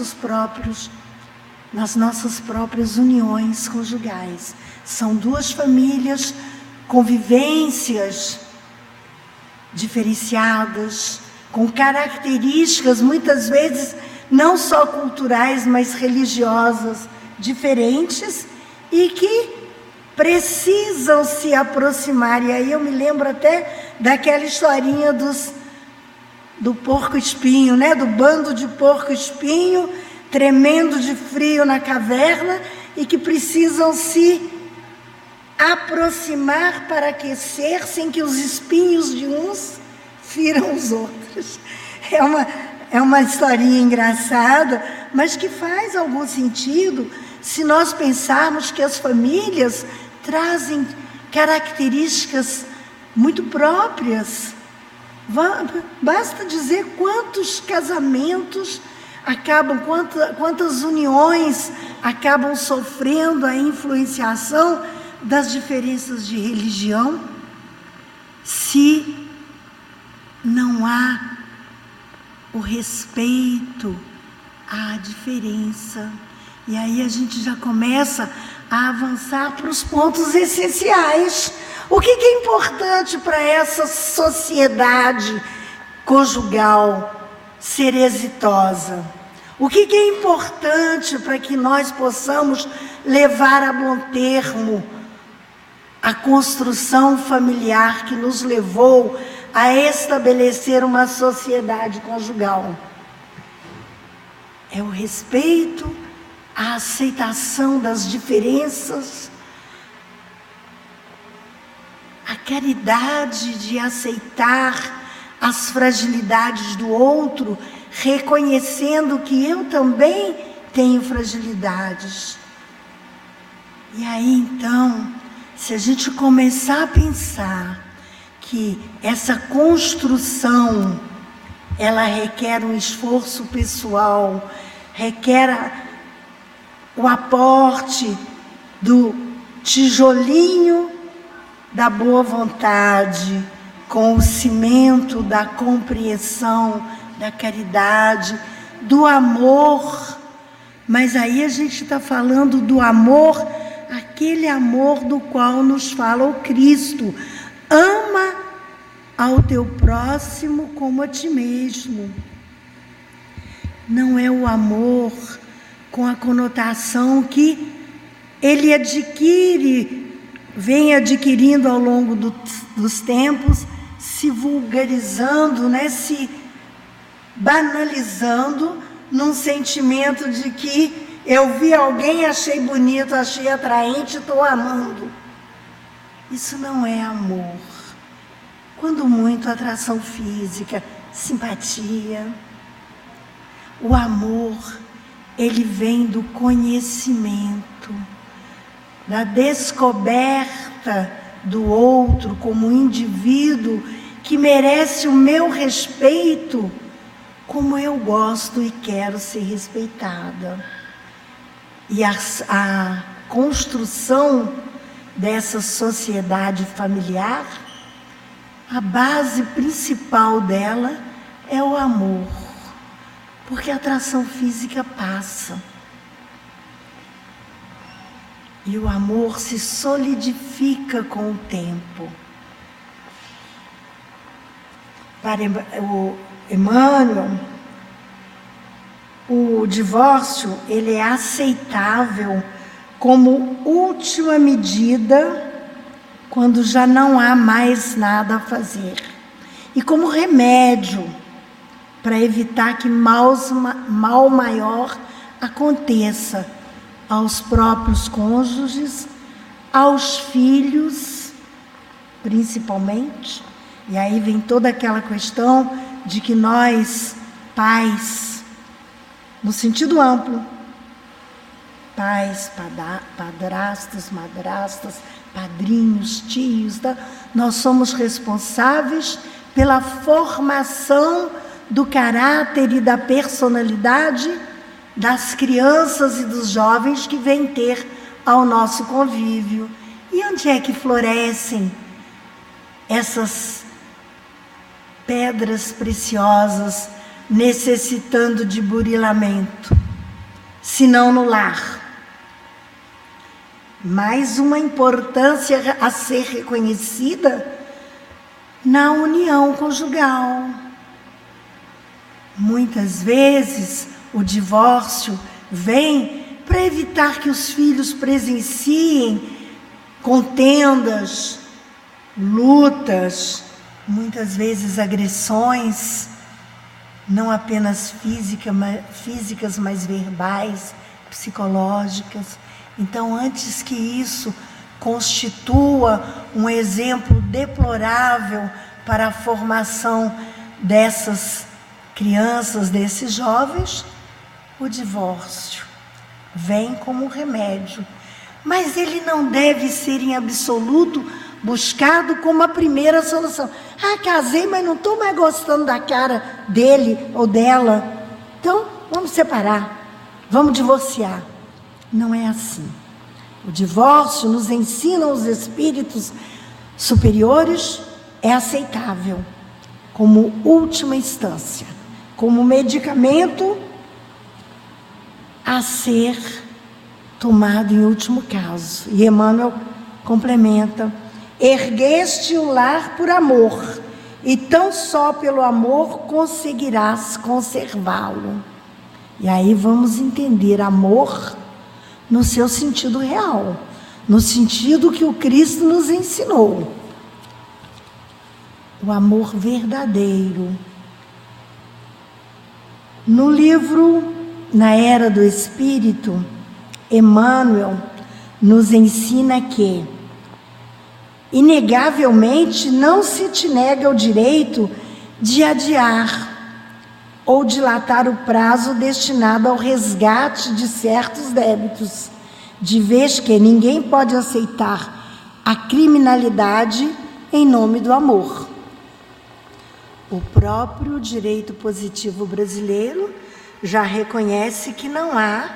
nossas próprias uniões conjugais. São duas famílias, convivências diferenciadas, com características muitas vezes não só culturais, mas religiosas diferentes, e que precisam se aproximar. E aí eu me lembro até daquela historinha do porco-espinho, né? Do bando de porco-espinho, tremendo de frio na caverna, e que precisam se aproximar para aquecer, sem que os espinhos de uns firam os outros. É uma historinha engraçada, mas que faz algum sentido se nós pensarmos que as famílias trazem características muito próprias. Basta dizer quantos casamentos acabam, quantas uniões acabam sofrendo a influenciação das diferenças de religião, se não há o respeito à diferença. E aí a gente já começa a avançar para os pontos essenciais. O que é importante para essa sociedade conjugal ser exitosa? O que é importante para que nós possamos levar a bom termo a construção familiar que nos levou a estabelecer uma sociedade conjugal? É o respeito, a aceitação das diferenças, a caridade de aceitar as fragilidades do outro, reconhecendo que eu também tenho fragilidades. E aí então, se a gente começar a pensar que essa construção, ela requer um esforço pessoal, requer o aporte do tijolinho da boa vontade, com o cimento da compreensão, da caridade, do amor. Mas aí a gente está falando do amor, aquele amor do qual nos fala o Cristo. Ama ao teu próximo como a ti mesmo. Não é o amor com a conotação que ele vem adquirindo ao longo dos tempos, se vulgarizando, se banalizando num sentimento de que eu vi alguém, achei bonito, achei atraente, estou amando. Isso não é amor. Quando muito, atração física, simpatia. O amor, ele vem do conhecimento, da descoberta do outro como indivíduo que merece o meu respeito, como eu gosto e quero ser respeitada. E a construção dessa sociedade familiar, a base principal dela é o amor, porque a atração física passa. E o amor se solidifica com o tempo. Para o Emmanuel, o divórcio, ele é aceitável como última medida quando já não há mais nada a fazer. E como remédio para evitar que mal maior aconteça aos próprios cônjuges, aos filhos, principalmente. E aí vem toda aquela questão de que nós, pais, no sentido amplo, pais, padrastos, madrastas, padrinhos, tios, nós somos responsáveis pela formação do caráter e da personalidade das crianças e dos jovens que vêm ter ao nosso convívio. E onde é que florescem essas pedras preciosas necessitando de burilamento, se não no lar? Mais uma importância a ser reconhecida na união conjugal. Muitas vezes o divórcio vem para evitar que os filhos presenciem contendas, lutas, muitas vezes agressões, não apenas físicas, mas verbais, psicológicas. Então, antes que isso constitua um exemplo deplorável para a formação dessas crianças, desses jovens, o divórcio vem como um remédio. Mas ele não deve ser em absoluto buscado como a primeira solução. Casei, mas não estou mais gostando da cara dele ou dela. Então, vamos separar, vamos divorciar. Não é assim. O divórcio, nos ensinam os espíritos superiores, é aceitável. como última instância, como medicamento a ser tomado em último caso. E Emmanuel complementa: ergueste o lar por amor, e tão só pelo amor conseguirás conservá-lo. E aí vamos entender amor no seu sentido real, no sentido que o Cristo nos ensinou. O amor verdadeiro. No livro Na Era do Espírito, Emmanuel nos ensina que, inegavelmente, não se te nega o direito de adiar ou dilatar o prazo destinado ao resgate de certos débitos, de vez que ninguém pode aceitar a criminalidade em nome do amor. O próprio direito positivo brasileiro já reconhece que não há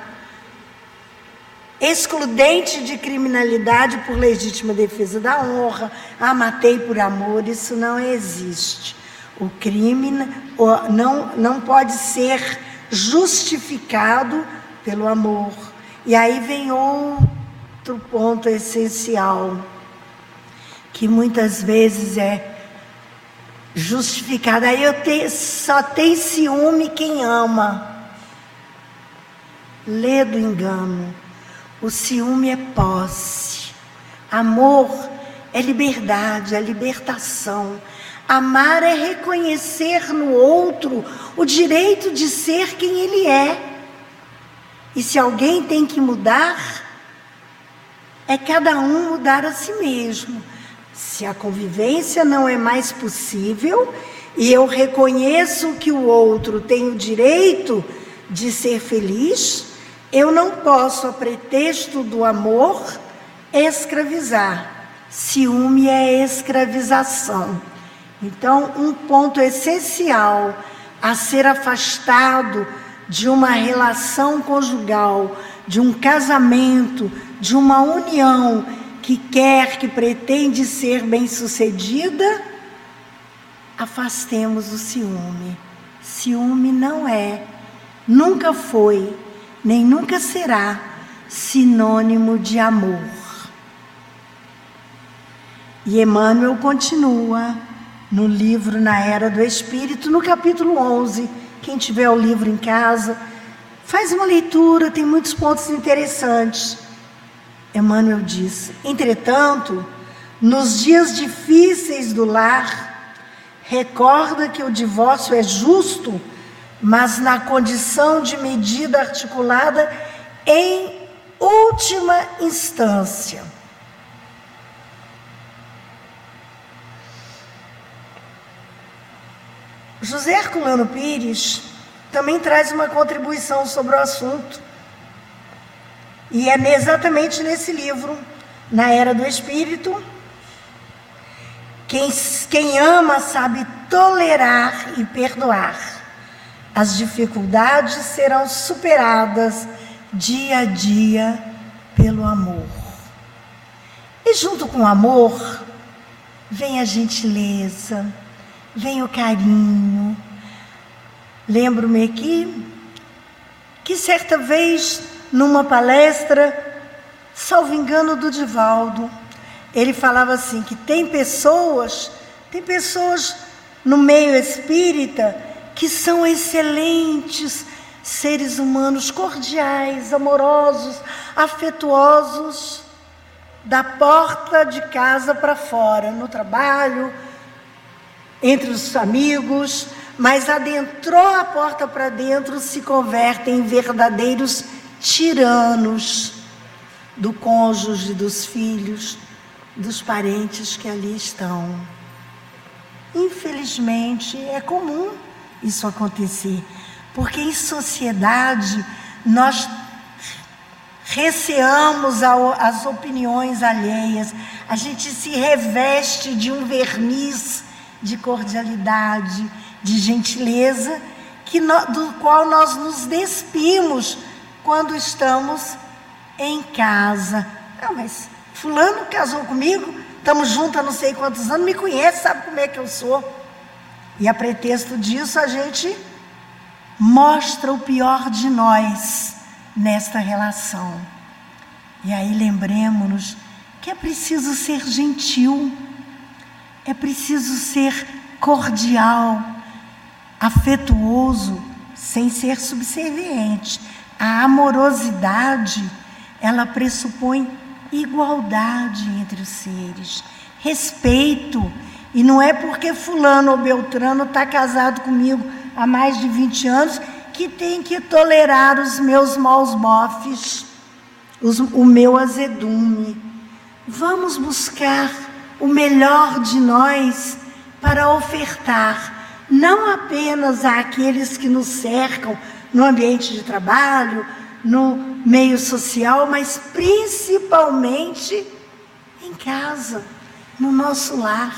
excludente de criminalidade por legítima defesa da honra, matei por amor, isso não existe. O crime não pode ser justificado pelo amor. E aí vem outro ponto essencial, que muitas vezes é justificado. Aí só tem ciúme quem ama. Lê do engano. O ciúme é posse. Amor é liberdade, é libertação. Amar é reconhecer no outro o direito de ser quem ele é. E se alguém tem que mudar, é cada um mudar a si mesmo. Se a convivência não é mais possível e eu reconheço que o outro tem o direito de ser feliz, eu não posso, a pretexto do amor, escravizar. Ciúme é escravização. Então, um ponto essencial a ser afastado de uma relação conjugal, de um casamento, de uma união que pretende ser bem-sucedida, afastemos o ciúme. Ciúme não é, nunca foi, nem nunca será sinônimo de amor. E Emmanuel continua no livro Na Era do Espírito, no capítulo 11. Quem tiver o livro em casa, faz uma leitura, tem muitos pontos interessantes. Emmanuel diz: entretanto, nos dias difíceis do lar, recorda que o divórcio é justo, mas na condição de medida articulada em última instância. José Herculano Pires também traz uma contribuição sobre o assunto. E é exatamente nesse livro, Na Era do Espírito. Quem ama sabe tolerar e perdoar. As dificuldades serão superadas dia a dia pelo amor. E junto com o amor, vem a gentileza, vem o carinho. Lembro-me aqui que certa vez, numa palestra, salvo engano do Divaldo, ele falava assim, que tem pessoas no meio espírita que são excelentes seres humanos, cordiais, amorosos, afetuosos, da porta de casa para fora, no trabalho, entre os amigos, mas adentrou a porta para dentro, se convertem em verdadeiros tiranos do cônjuge, dos filhos, dos parentes que ali estão. Infelizmente, é comum isso acontecer, porque em sociedade nós receamos as opiniões alheias, a gente se reveste de um verniz de cordialidade, de gentileza, do qual nós nos despimos quando estamos em casa. Não, mas fulano casou comigo, estamos juntos há não sei quantos anos, me conhece, sabe como é que eu sou. E a pretexto disso, a gente mostra o pior de nós nesta relação. E aí lembremos-nos que é preciso ser gentil, é preciso ser cordial, afetuoso, sem ser subserviente. A amorosidade, ela pressupõe igualdade entre os seres, respeito. E não é porque fulano ou beltrano está casado comigo há mais de 20 anos que tem que tolerar os meus maus bofes, o meu azedume. Vamos buscar o melhor de nós para ofertar, não apenas àqueles que nos cercam no ambiente de trabalho, no meio social, mas principalmente em casa, no nosso lar,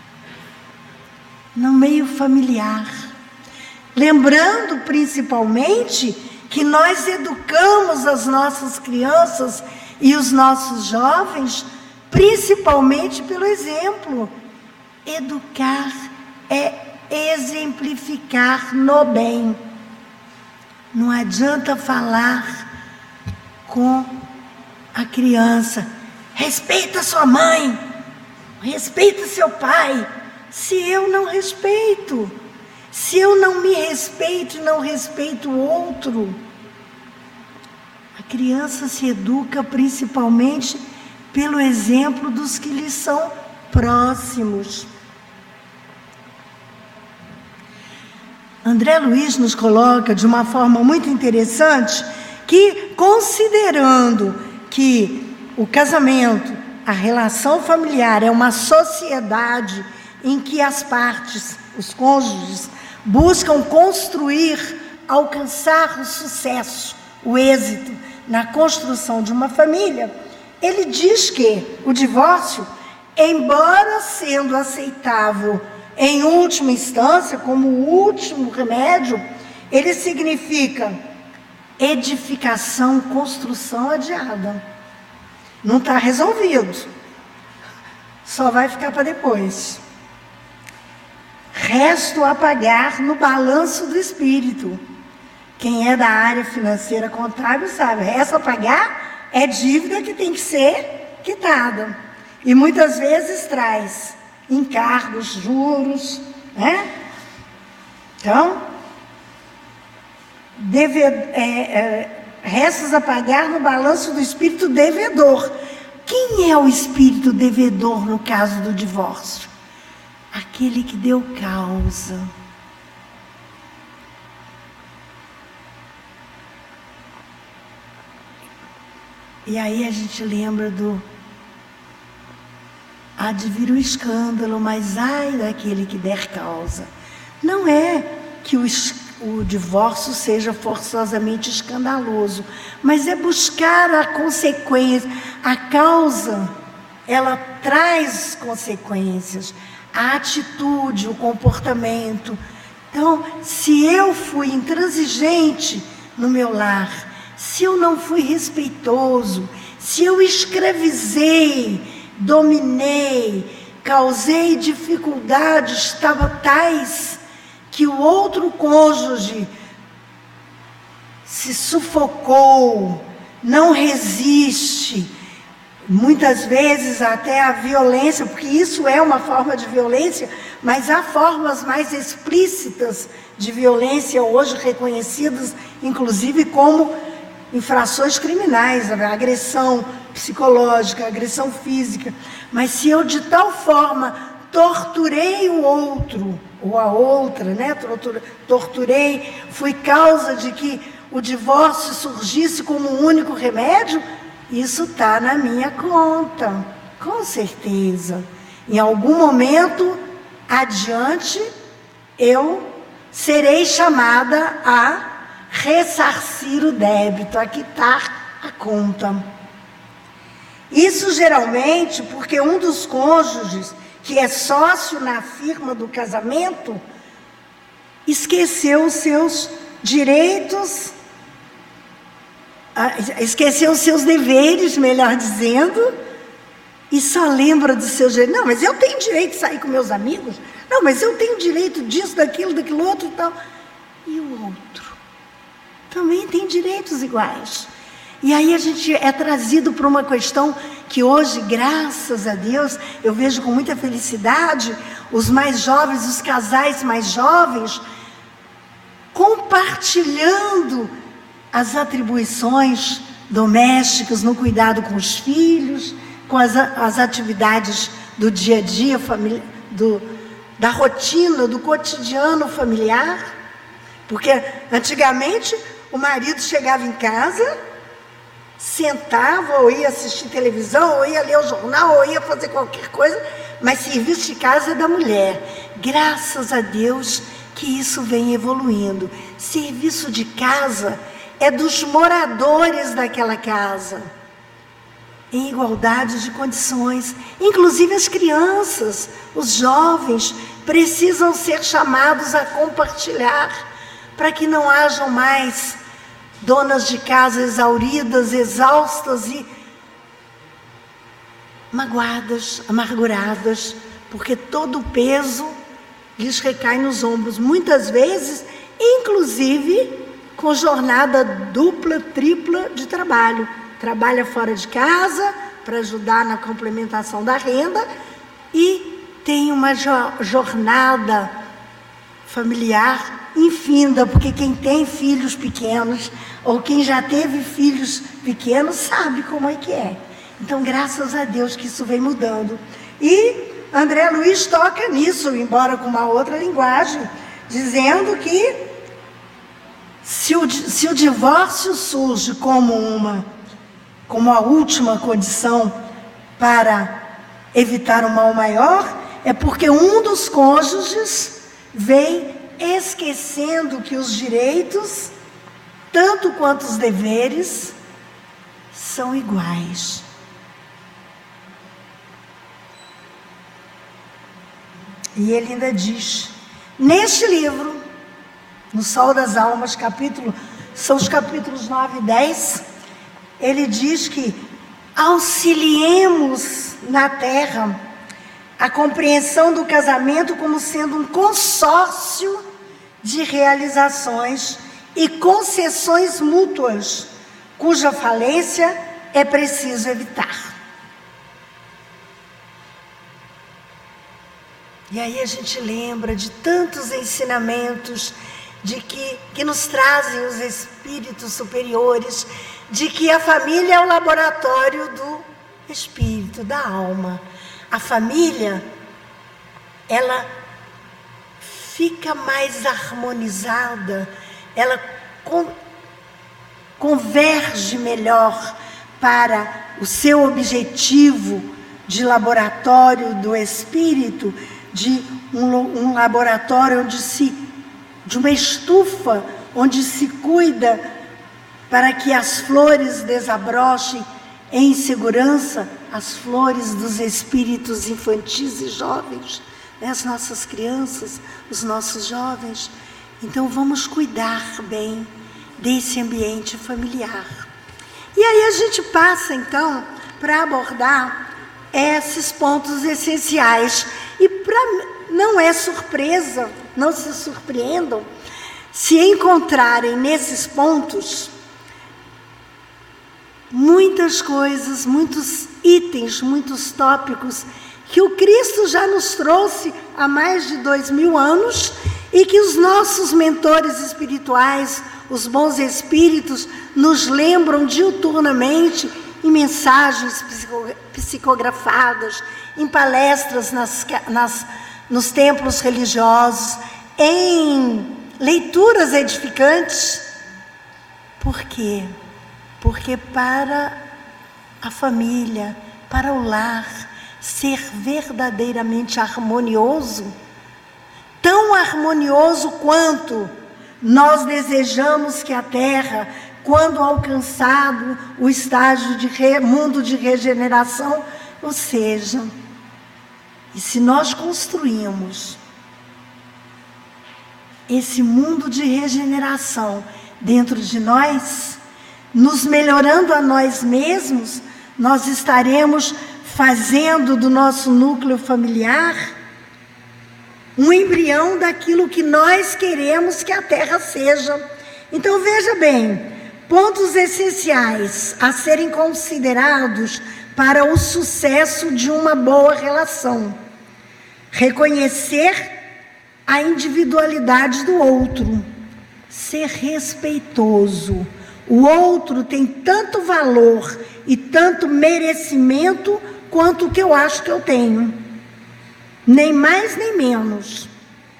no meio familiar. Lembrando principalmente que nós educamos as nossas crianças e os nossos jovens principalmente pelo exemplo. Educar é exemplificar no bem. Não adianta falar com a criança: respeita sua mãe, respeita seu pai, se eu não respeito, se eu não me respeito e não respeito o outro. A criança se educa principalmente pelo exemplo dos que lhe são próximos. André Luiz nos coloca de uma forma muito interessante que, considerando que o casamento, a relação familiar é uma sociedade em que as partes, os cônjuges, buscam construir, alcançar o sucesso, o êxito na construção de uma família, ele diz que o divórcio, embora sendo aceitável em última instância, como o último remédio, ele significa edificação, construção adiada. Não está resolvido. Só vai ficar para depois. Resto a pagar no balanço do espírito. Quem é da área financeira contábil sabe, resto a pagar é dívida que tem que ser quitada. E muitas vezes traz encargos, juros, né? Então, restos a pagar no balanço do espírito devedor. Quem é o espírito devedor no caso do divórcio? Aquele que deu causa. E aí a gente lembra do: há de vir o escândalo, mas ai daquele que der causa. Não é que o divórcio seja forçosamente escandaloso, mas é buscar a consequência. A causa, ela traz consequências, a atitude, o comportamento. Então, se eu fui intransigente no meu lar, se eu não fui respeitoso, se eu escravizei, dominei, causei dificuldades tais que o outro cônjuge se sufocou, não resiste, muitas vezes até a violência, porque isso é uma forma de violência, mas há formas mais explícitas de violência hoje reconhecidas, inclusive como infrações criminais, a agressão psicológica, a agressão física. Mas se eu de tal forma torturei o outro, ou a outra, né? Torturei, fui causa de que o divórcio surgisse como um único remédio, isso está na minha conta, com certeza. Em algum momento adiante, eu serei chamada a ressarcir o débito, a quitar a conta. Isso geralmente porque um dos cônjuges, que é sócio na firma do casamento, esqueceu os seus direitos, esqueceu os seus deveres, melhor dizendo, e só lembra dos seus direitos. Não, mas eu tenho direito de sair com meus amigos. Não, Não, mas eu tenho direito disso, daquilo outro e tal. E o outro também tem direitos iguais. E aí a gente é trazido para uma questão que hoje, graças a Deus, eu vejo com muita felicidade os mais jovens, os casais mais jovens, compartilhando as atribuições domésticas no cuidado com os filhos, com as atividades do dia a dia, da rotina, do cotidiano familiar. Porque antigamente o marido chegava em casa, sentava, ou ia assistir televisão, ou ia ler o jornal, ou ia fazer qualquer coisa, mas serviço de casa é da mulher. Graças a Deus que isso vem evoluindo. Serviço de casa é dos moradores daquela casa, em igualdade de condições. Inclusive as crianças, os jovens, precisam ser chamados a compartilhar, para que não hajam mais donas de casa exauridas, exaustas e magoadas, amarguradas, porque todo o peso lhes recai nos ombros, muitas vezes, inclusive com jornada dupla, tripla de trabalho. Trabalha fora de casa para ajudar na complementação da renda e tem uma jornada familiar infinda, porque quem tem filhos pequenos ou quem já teve filhos pequenos sabe como é que é. Então, graças a Deus que isso vem mudando. E André Luiz toca nisso, embora com uma outra linguagem, dizendo que se o divórcio surge como a última condição para evitar um mal maior, é porque um dos cônjuges vem esquecendo que os direitos, tanto quanto os deveres, são iguais. E ele ainda diz, neste livro, no Sol das Almas, são os capítulos 9 e 10, ele diz que auxiliemos na terra a compreensão do casamento como sendo um consórcio de realizações e concessões mútuas, cuja falência é preciso evitar. E aí a gente lembra de tantos ensinamentos que nos trazem os espíritos superiores, de que a família é o laboratório do espírito, da alma. A família, ela fica mais harmonizada, ela converge melhor para o seu objetivo de laboratório do espírito, de um laboratório de uma estufa onde se cuida para que as flores desabrochem em segurança, as flores dos espíritos infantis e jovens, né? As nossas crianças, os nossos jovens. Então vamos cuidar bem desse ambiente familiar. E aí a gente passa então para abordar esses pontos essenciais. E não é surpresa, não se surpreendam se encontrarem nesses pontos muitas coisas, muitos itens, muitos tópicos que o Cristo já nos trouxe há mais de 2000 anos e que os nossos mentores espirituais, os bons espíritos, nos lembram diuturnamente em mensagens psicografadas, em palestras nos templos religiosos, em leituras edificantes. Por quê? Porque para a família, para o lar, ser verdadeiramente harmonioso, tão harmonioso quanto nós desejamos que a Terra, quando alcançado o estágio de mundo de regeneração, o seja. E se nós construímos esse mundo de regeneração dentro de nós, nos melhorando a nós mesmos, nós estaremos fazendo do nosso núcleo familiar um embrião daquilo que nós queremos que a Terra seja. Então veja bem, pontos essenciais a serem considerados para o sucesso de uma boa relação: reconhecer a individualidade do outro, ser respeitoso. O outro tem tanto valor e tanto merecimento quanto o que eu acho que eu tenho, nem mais nem menos.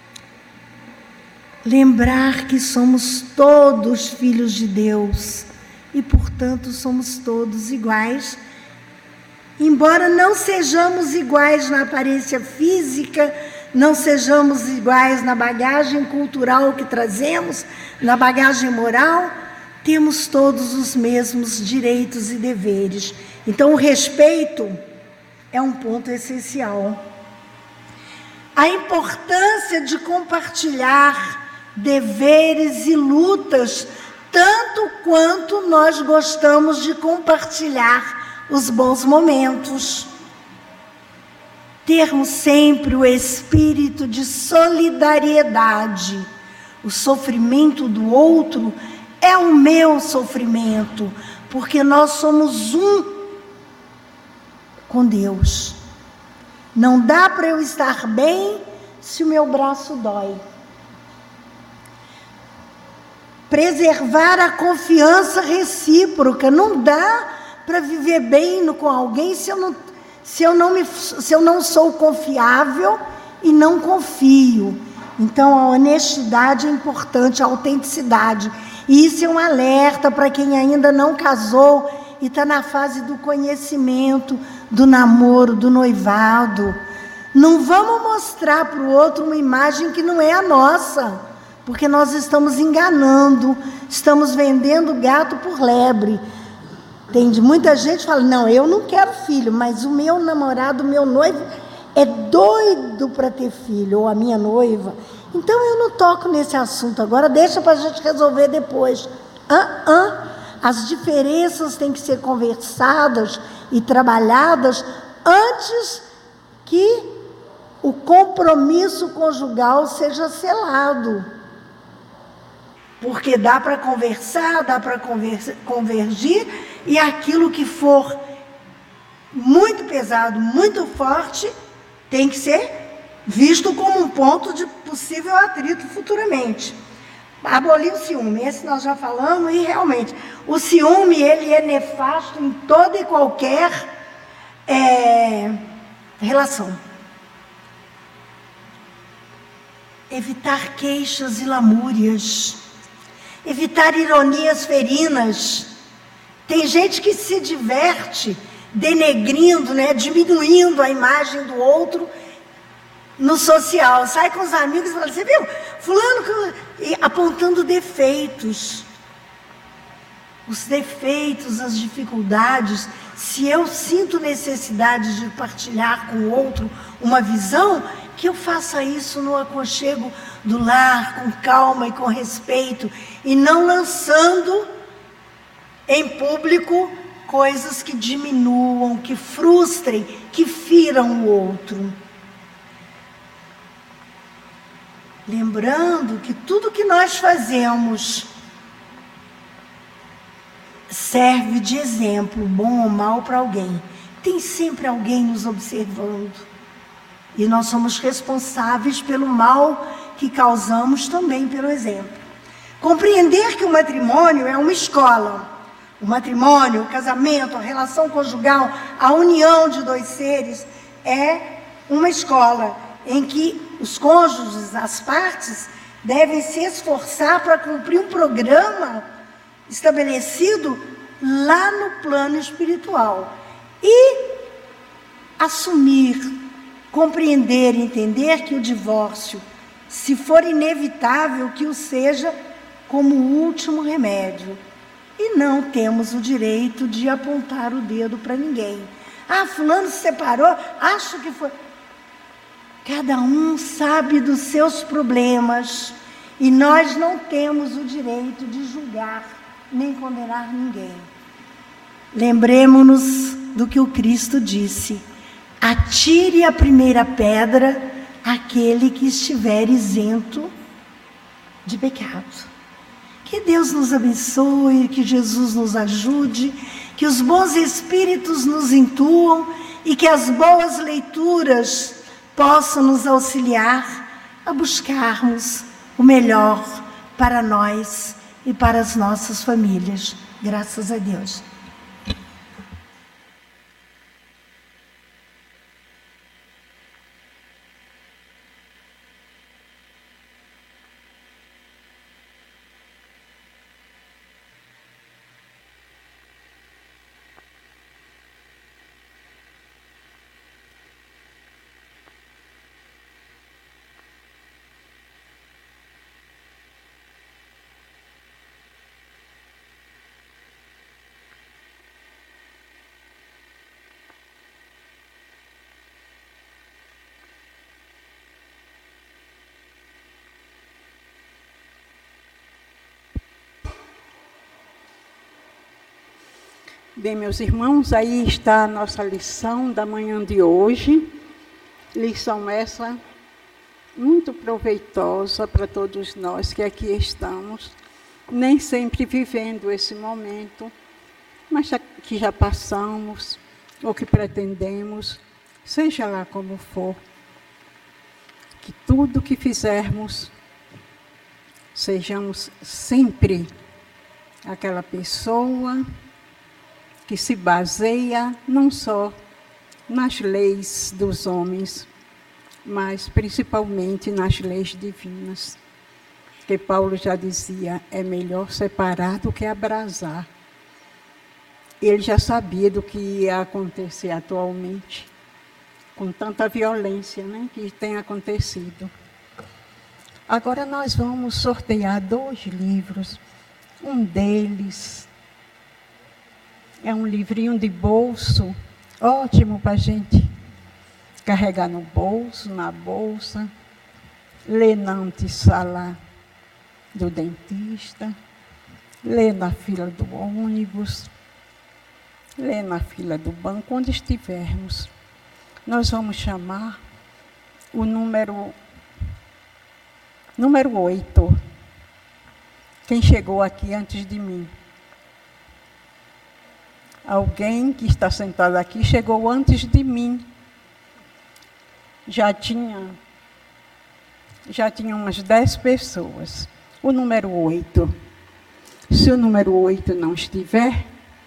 Lembrar que somos todos filhos de Deus e, portanto, somos todos iguais. Embora não sejamos iguais na aparência física, não sejamos iguais na bagagem cultural que trazemos, na bagagem moral, temos todos os mesmos direitos e deveres. Então, o respeito é um ponto essencial. A importância de compartilhar deveres e lutas, tanto quanto nós gostamos de compartilhar os bons momentos. Termos sempre o espírito de solidariedade. O sofrimento do outro é o meu sofrimento, porque nós somos um com Deus. Não dá para eu estar bem se o meu braço dói. Preservar a confiança recíproca. Não dá para viver bem com alguém se eu não sou confiável e não confio. Então, a honestidade é importante, a autenticidade. E isso é um alerta para quem ainda não casou e está na fase do conhecimento, do namoro, do noivado. Não vamos mostrar para o outro uma imagem que não é a nossa, porque nós estamos enganando, estamos vendendo gato por lebre. Tem muita gente que fala, não, eu não quero filho, mas o meu namorado, o meu noivo, é doido para ter filho, ou a minha noiva. Então eu não toco nesse assunto agora, deixa para a gente resolver depois. As diferenças têm que ser conversadas e trabalhadas antes que o compromisso conjugal seja selado. Porque dá para conversar, dá para convergir, e aquilo que for muito pesado, muito forte, tem que ser visto como um ponto de possível atrito futuramente. Abolir o ciúme, esse nós já falamos, e realmente, o ciúme, ele é nefasto em toda e qualquer relação. Evitar queixas e lamúrias, evitar ironias ferinas. Tem gente que se diverte denegrindo, diminuindo a imagem do outro no social. Sai com os amigos e fala, você viu? Fulano, e apontando defeitos. Os defeitos, as dificuldades. Se eu sinto necessidade de partilhar com o outro uma visão, que eu faça isso no aconchego do lar, com calma e com respeito, e não lançando em público coisas que diminuam, que frustrem, que firam o outro. Lembrando que tudo que nós fazemos serve de exemplo, bom ou mal, para alguém. Tem sempre alguém nos observando. E nós somos responsáveis pelo mal que causamos também pelo exemplo. Compreender que o matrimônio é uma escola. O matrimônio, o casamento, a relação conjugal, a união de dois seres é uma escola em que os cônjuges, as partes, devem se esforçar para cumprir um programa estabelecido lá no plano espiritual. E assumir, compreender, entender que o divórcio, se for inevitável, que o seja como o último remédio. E não temos o direito de apontar o dedo para ninguém. Fulano se separou, acho que foi... Cada um sabe dos seus problemas e nós não temos o direito de julgar nem condenar ninguém. Lembremos-nos do que o Cristo disse: atire a primeira pedra aquele que estiver isento de pecado. Que Deus nos abençoe, que Jesus nos ajude, que os bons espíritos nos intuam e que as boas leituras possam nos auxiliar a buscarmos o melhor para nós e para as nossas famílias. Graças a Deus. Bem, meus irmãos, aí está a nossa lição da manhã de hoje. Lição essa muito proveitosa para todos nós que aqui estamos, nem sempre vivendo esse momento, mas que já passamos, ou que pretendemos, seja lá como for, que tudo que fizermos, sejamos sempre aquela pessoa que se baseia não só nas leis dos homens, mas principalmente nas leis divinas. Que Paulo já dizia, é melhor separar do que abrasar. Ele já sabia do que ia acontecer atualmente, com tanta violência, né, que tem acontecido. Agora nós vamos sortear 2 livros. Um deles é um livrinho de bolso, ótimo para a gente carregar no bolso, na bolsa, ler na antessala do dentista, ler na fila do ônibus, ler na fila do banco, onde estivermos. Nós vamos chamar o número 8. Quem chegou aqui antes de mim? Alguém que está sentado aqui chegou antes de mim. Já tinha umas 10 pessoas. O número 8. Se o número 8 não estiver,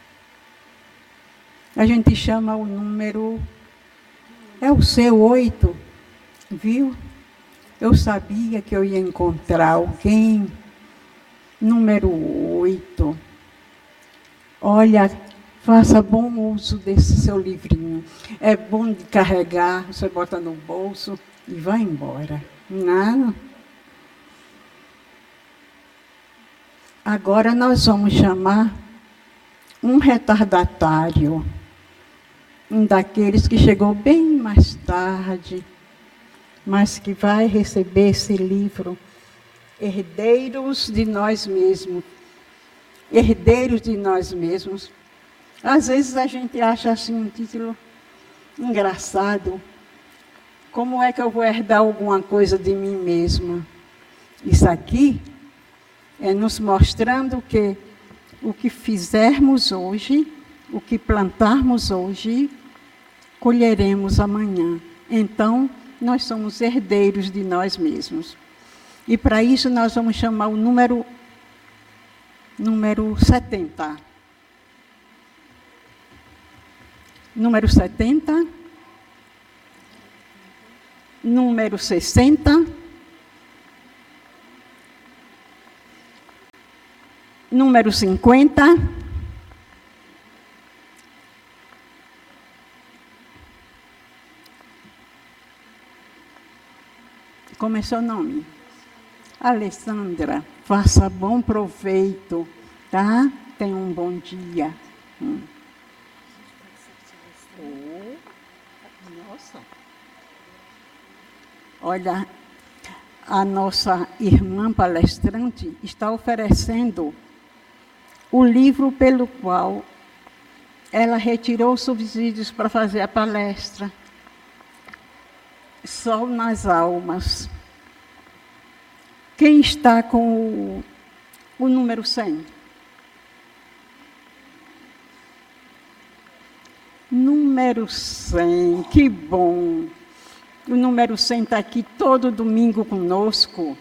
a gente chama o número... É o seu 8, viu? Eu sabia que eu ia encontrar alguém. Número 8. Olha... Faça bom uso desse seu livrinho. É bom de carregar, você bota no bolso e vai embora. Não. Agora nós vamos chamar um retardatário, um daqueles que chegou bem mais tarde, mas que vai receber esse livro, Herdeiros de Nós Mesmos. Herdeiros de Nós Mesmos. Às vezes a gente acha assim um título engraçado. Como é que eu vou herdar alguma coisa de mim mesma? Isso aqui é nos mostrando que o que fizermos hoje, o que plantarmos hoje, colheremos amanhã. Então, nós somos herdeiros de nós mesmos. E para isso nós vamos chamar o número 70. Número 70, número 60, número 50, como é seu nome? Alessandra, faça bom proveito, tá? Tenha um bom dia. Nossa. Olha, a nossa irmã palestrante está oferecendo o livro pelo qual ela retirou os subsídios para fazer a palestra. Sol nas almas. Quem está com o número 100? Número 100, que bom. O número 100 está aqui todo domingo conosco.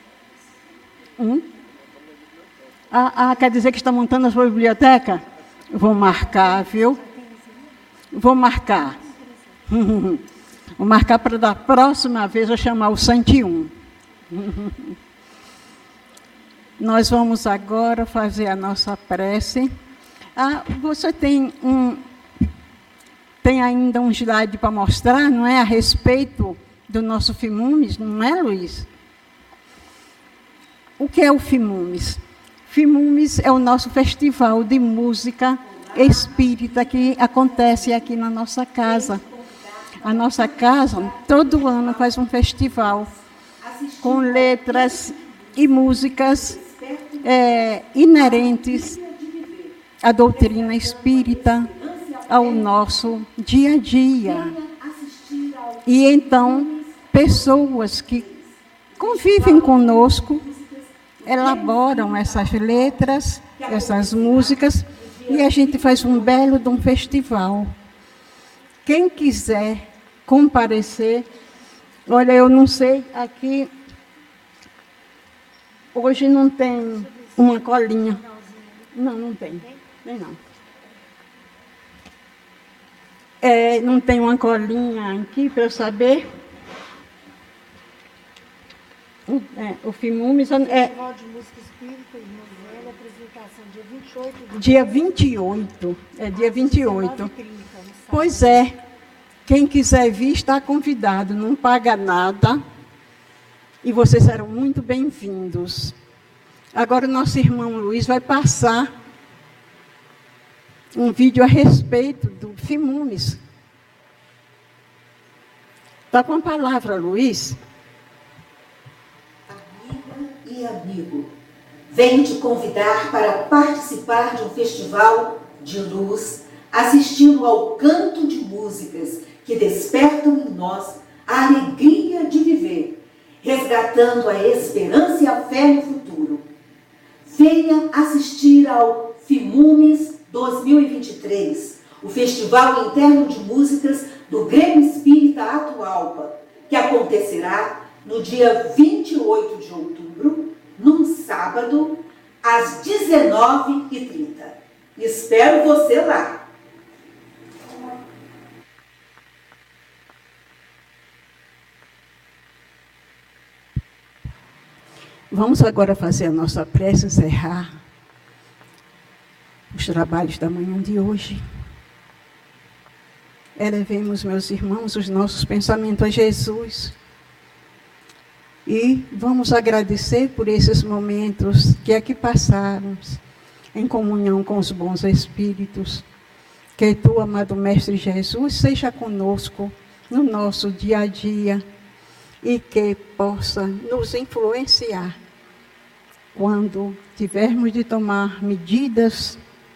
Quer dizer que está montando a sua biblioteca? Vou marcar, viu? Vou marcar. Vou marcar para da próxima vez eu chamar o 101. Nós vamos agora fazer a nossa prece. Você tem ainda um slide para mostrar, não é? A respeito do nosso FIMUMES, não é, Luiz? O que é o FIMUMES? FIMUMES é o nosso festival de música espírita que acontece aqui na nossa casa. A nossa casa, todo ano, faz um festival com letras e músicas inerentes à doutrina espírita, ao nosso dia a dia. E então, pessoas que convivem conosco elaboram essas letras, essas músicas, e a gente faz um belo de um festival. Quem quiser comparecer, olha, eu não sei, aqui hoje não tem uma colinha. Não tem. Tem não. Não tem uma colinha aqui para eu saber. O FIMUMES Festival de Música Espírita, Irmã Zélia, apresentação dia 28. Dia 28. Dia 28. Pois é. Quem quiser vir está convidado, não paga nada. E vocês serão muito bem-vindos. Agora o nosso irmão Luiz vai passar um vídeo a respeito do FIMUMES. Está com a palavra, Luiz. Amiga e amigo, venho te convidar para participar de um festival de luz, assistindo ao canto de músicas que despertam em nós a alegria de viver, resgatando a esperança e a fé no futuro. Venha assistir ao FIMUMES 2023, o Festival Interno de Músicas do Grêmio Espírita Atualpa, que acontecerá no dia 28 de outubro, num sábado, às 19h30. Espero você lá! Vamos agora fazer a nossa prece, encerrar os trabalhos da manhã de hoje. Elevemos, meus irmãos, os nossos pensamentos a Jesus. E vamos agradecer por esses momentos que aqui passamos, em comunhão com os bons espíritos. Que tu, amado Mestre Jesus, seja conosco no nosso dia a dia e que possa nos influenciar quando tivermos de tomar medidas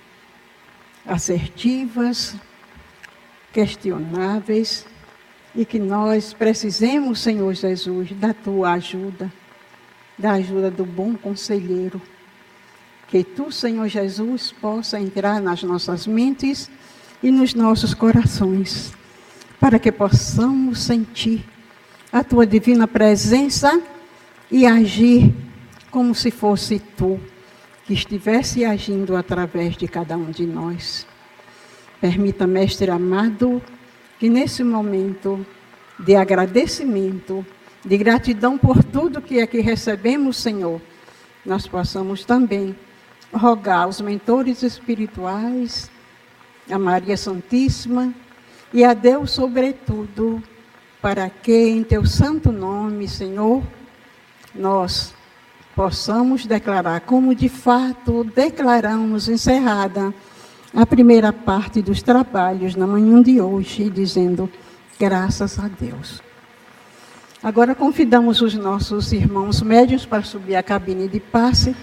assertivas, questionáveis, e que nós precisemos, Senhor Jesus, da tua ajuda, da ajuda do bom conselheiro. Que tu, Senhor Jesus, possa entrar nas nossas mentes e nos nossos corações, para que possamos sentir a tua divina presença e agir como se fosse tu que estivesse agindo através de cada um de nós. Permita, Mestre amado, que nesse momento de agradecimento, de gratidão por tudo que aqui recebemos, Senhor, nós possamos também rogar aos mentores espirituais, a Maria Santíssima e a Deus, sobretudo, para que em teu santo nome, Senhor, nós possamos declarar, como de fato declaramos encerrada a primeira parte dos trabalhos na manhã de hoje, dizendo graças a Deus. Agora convidamos os nossos irmãos médiuns para subir à cabine de passe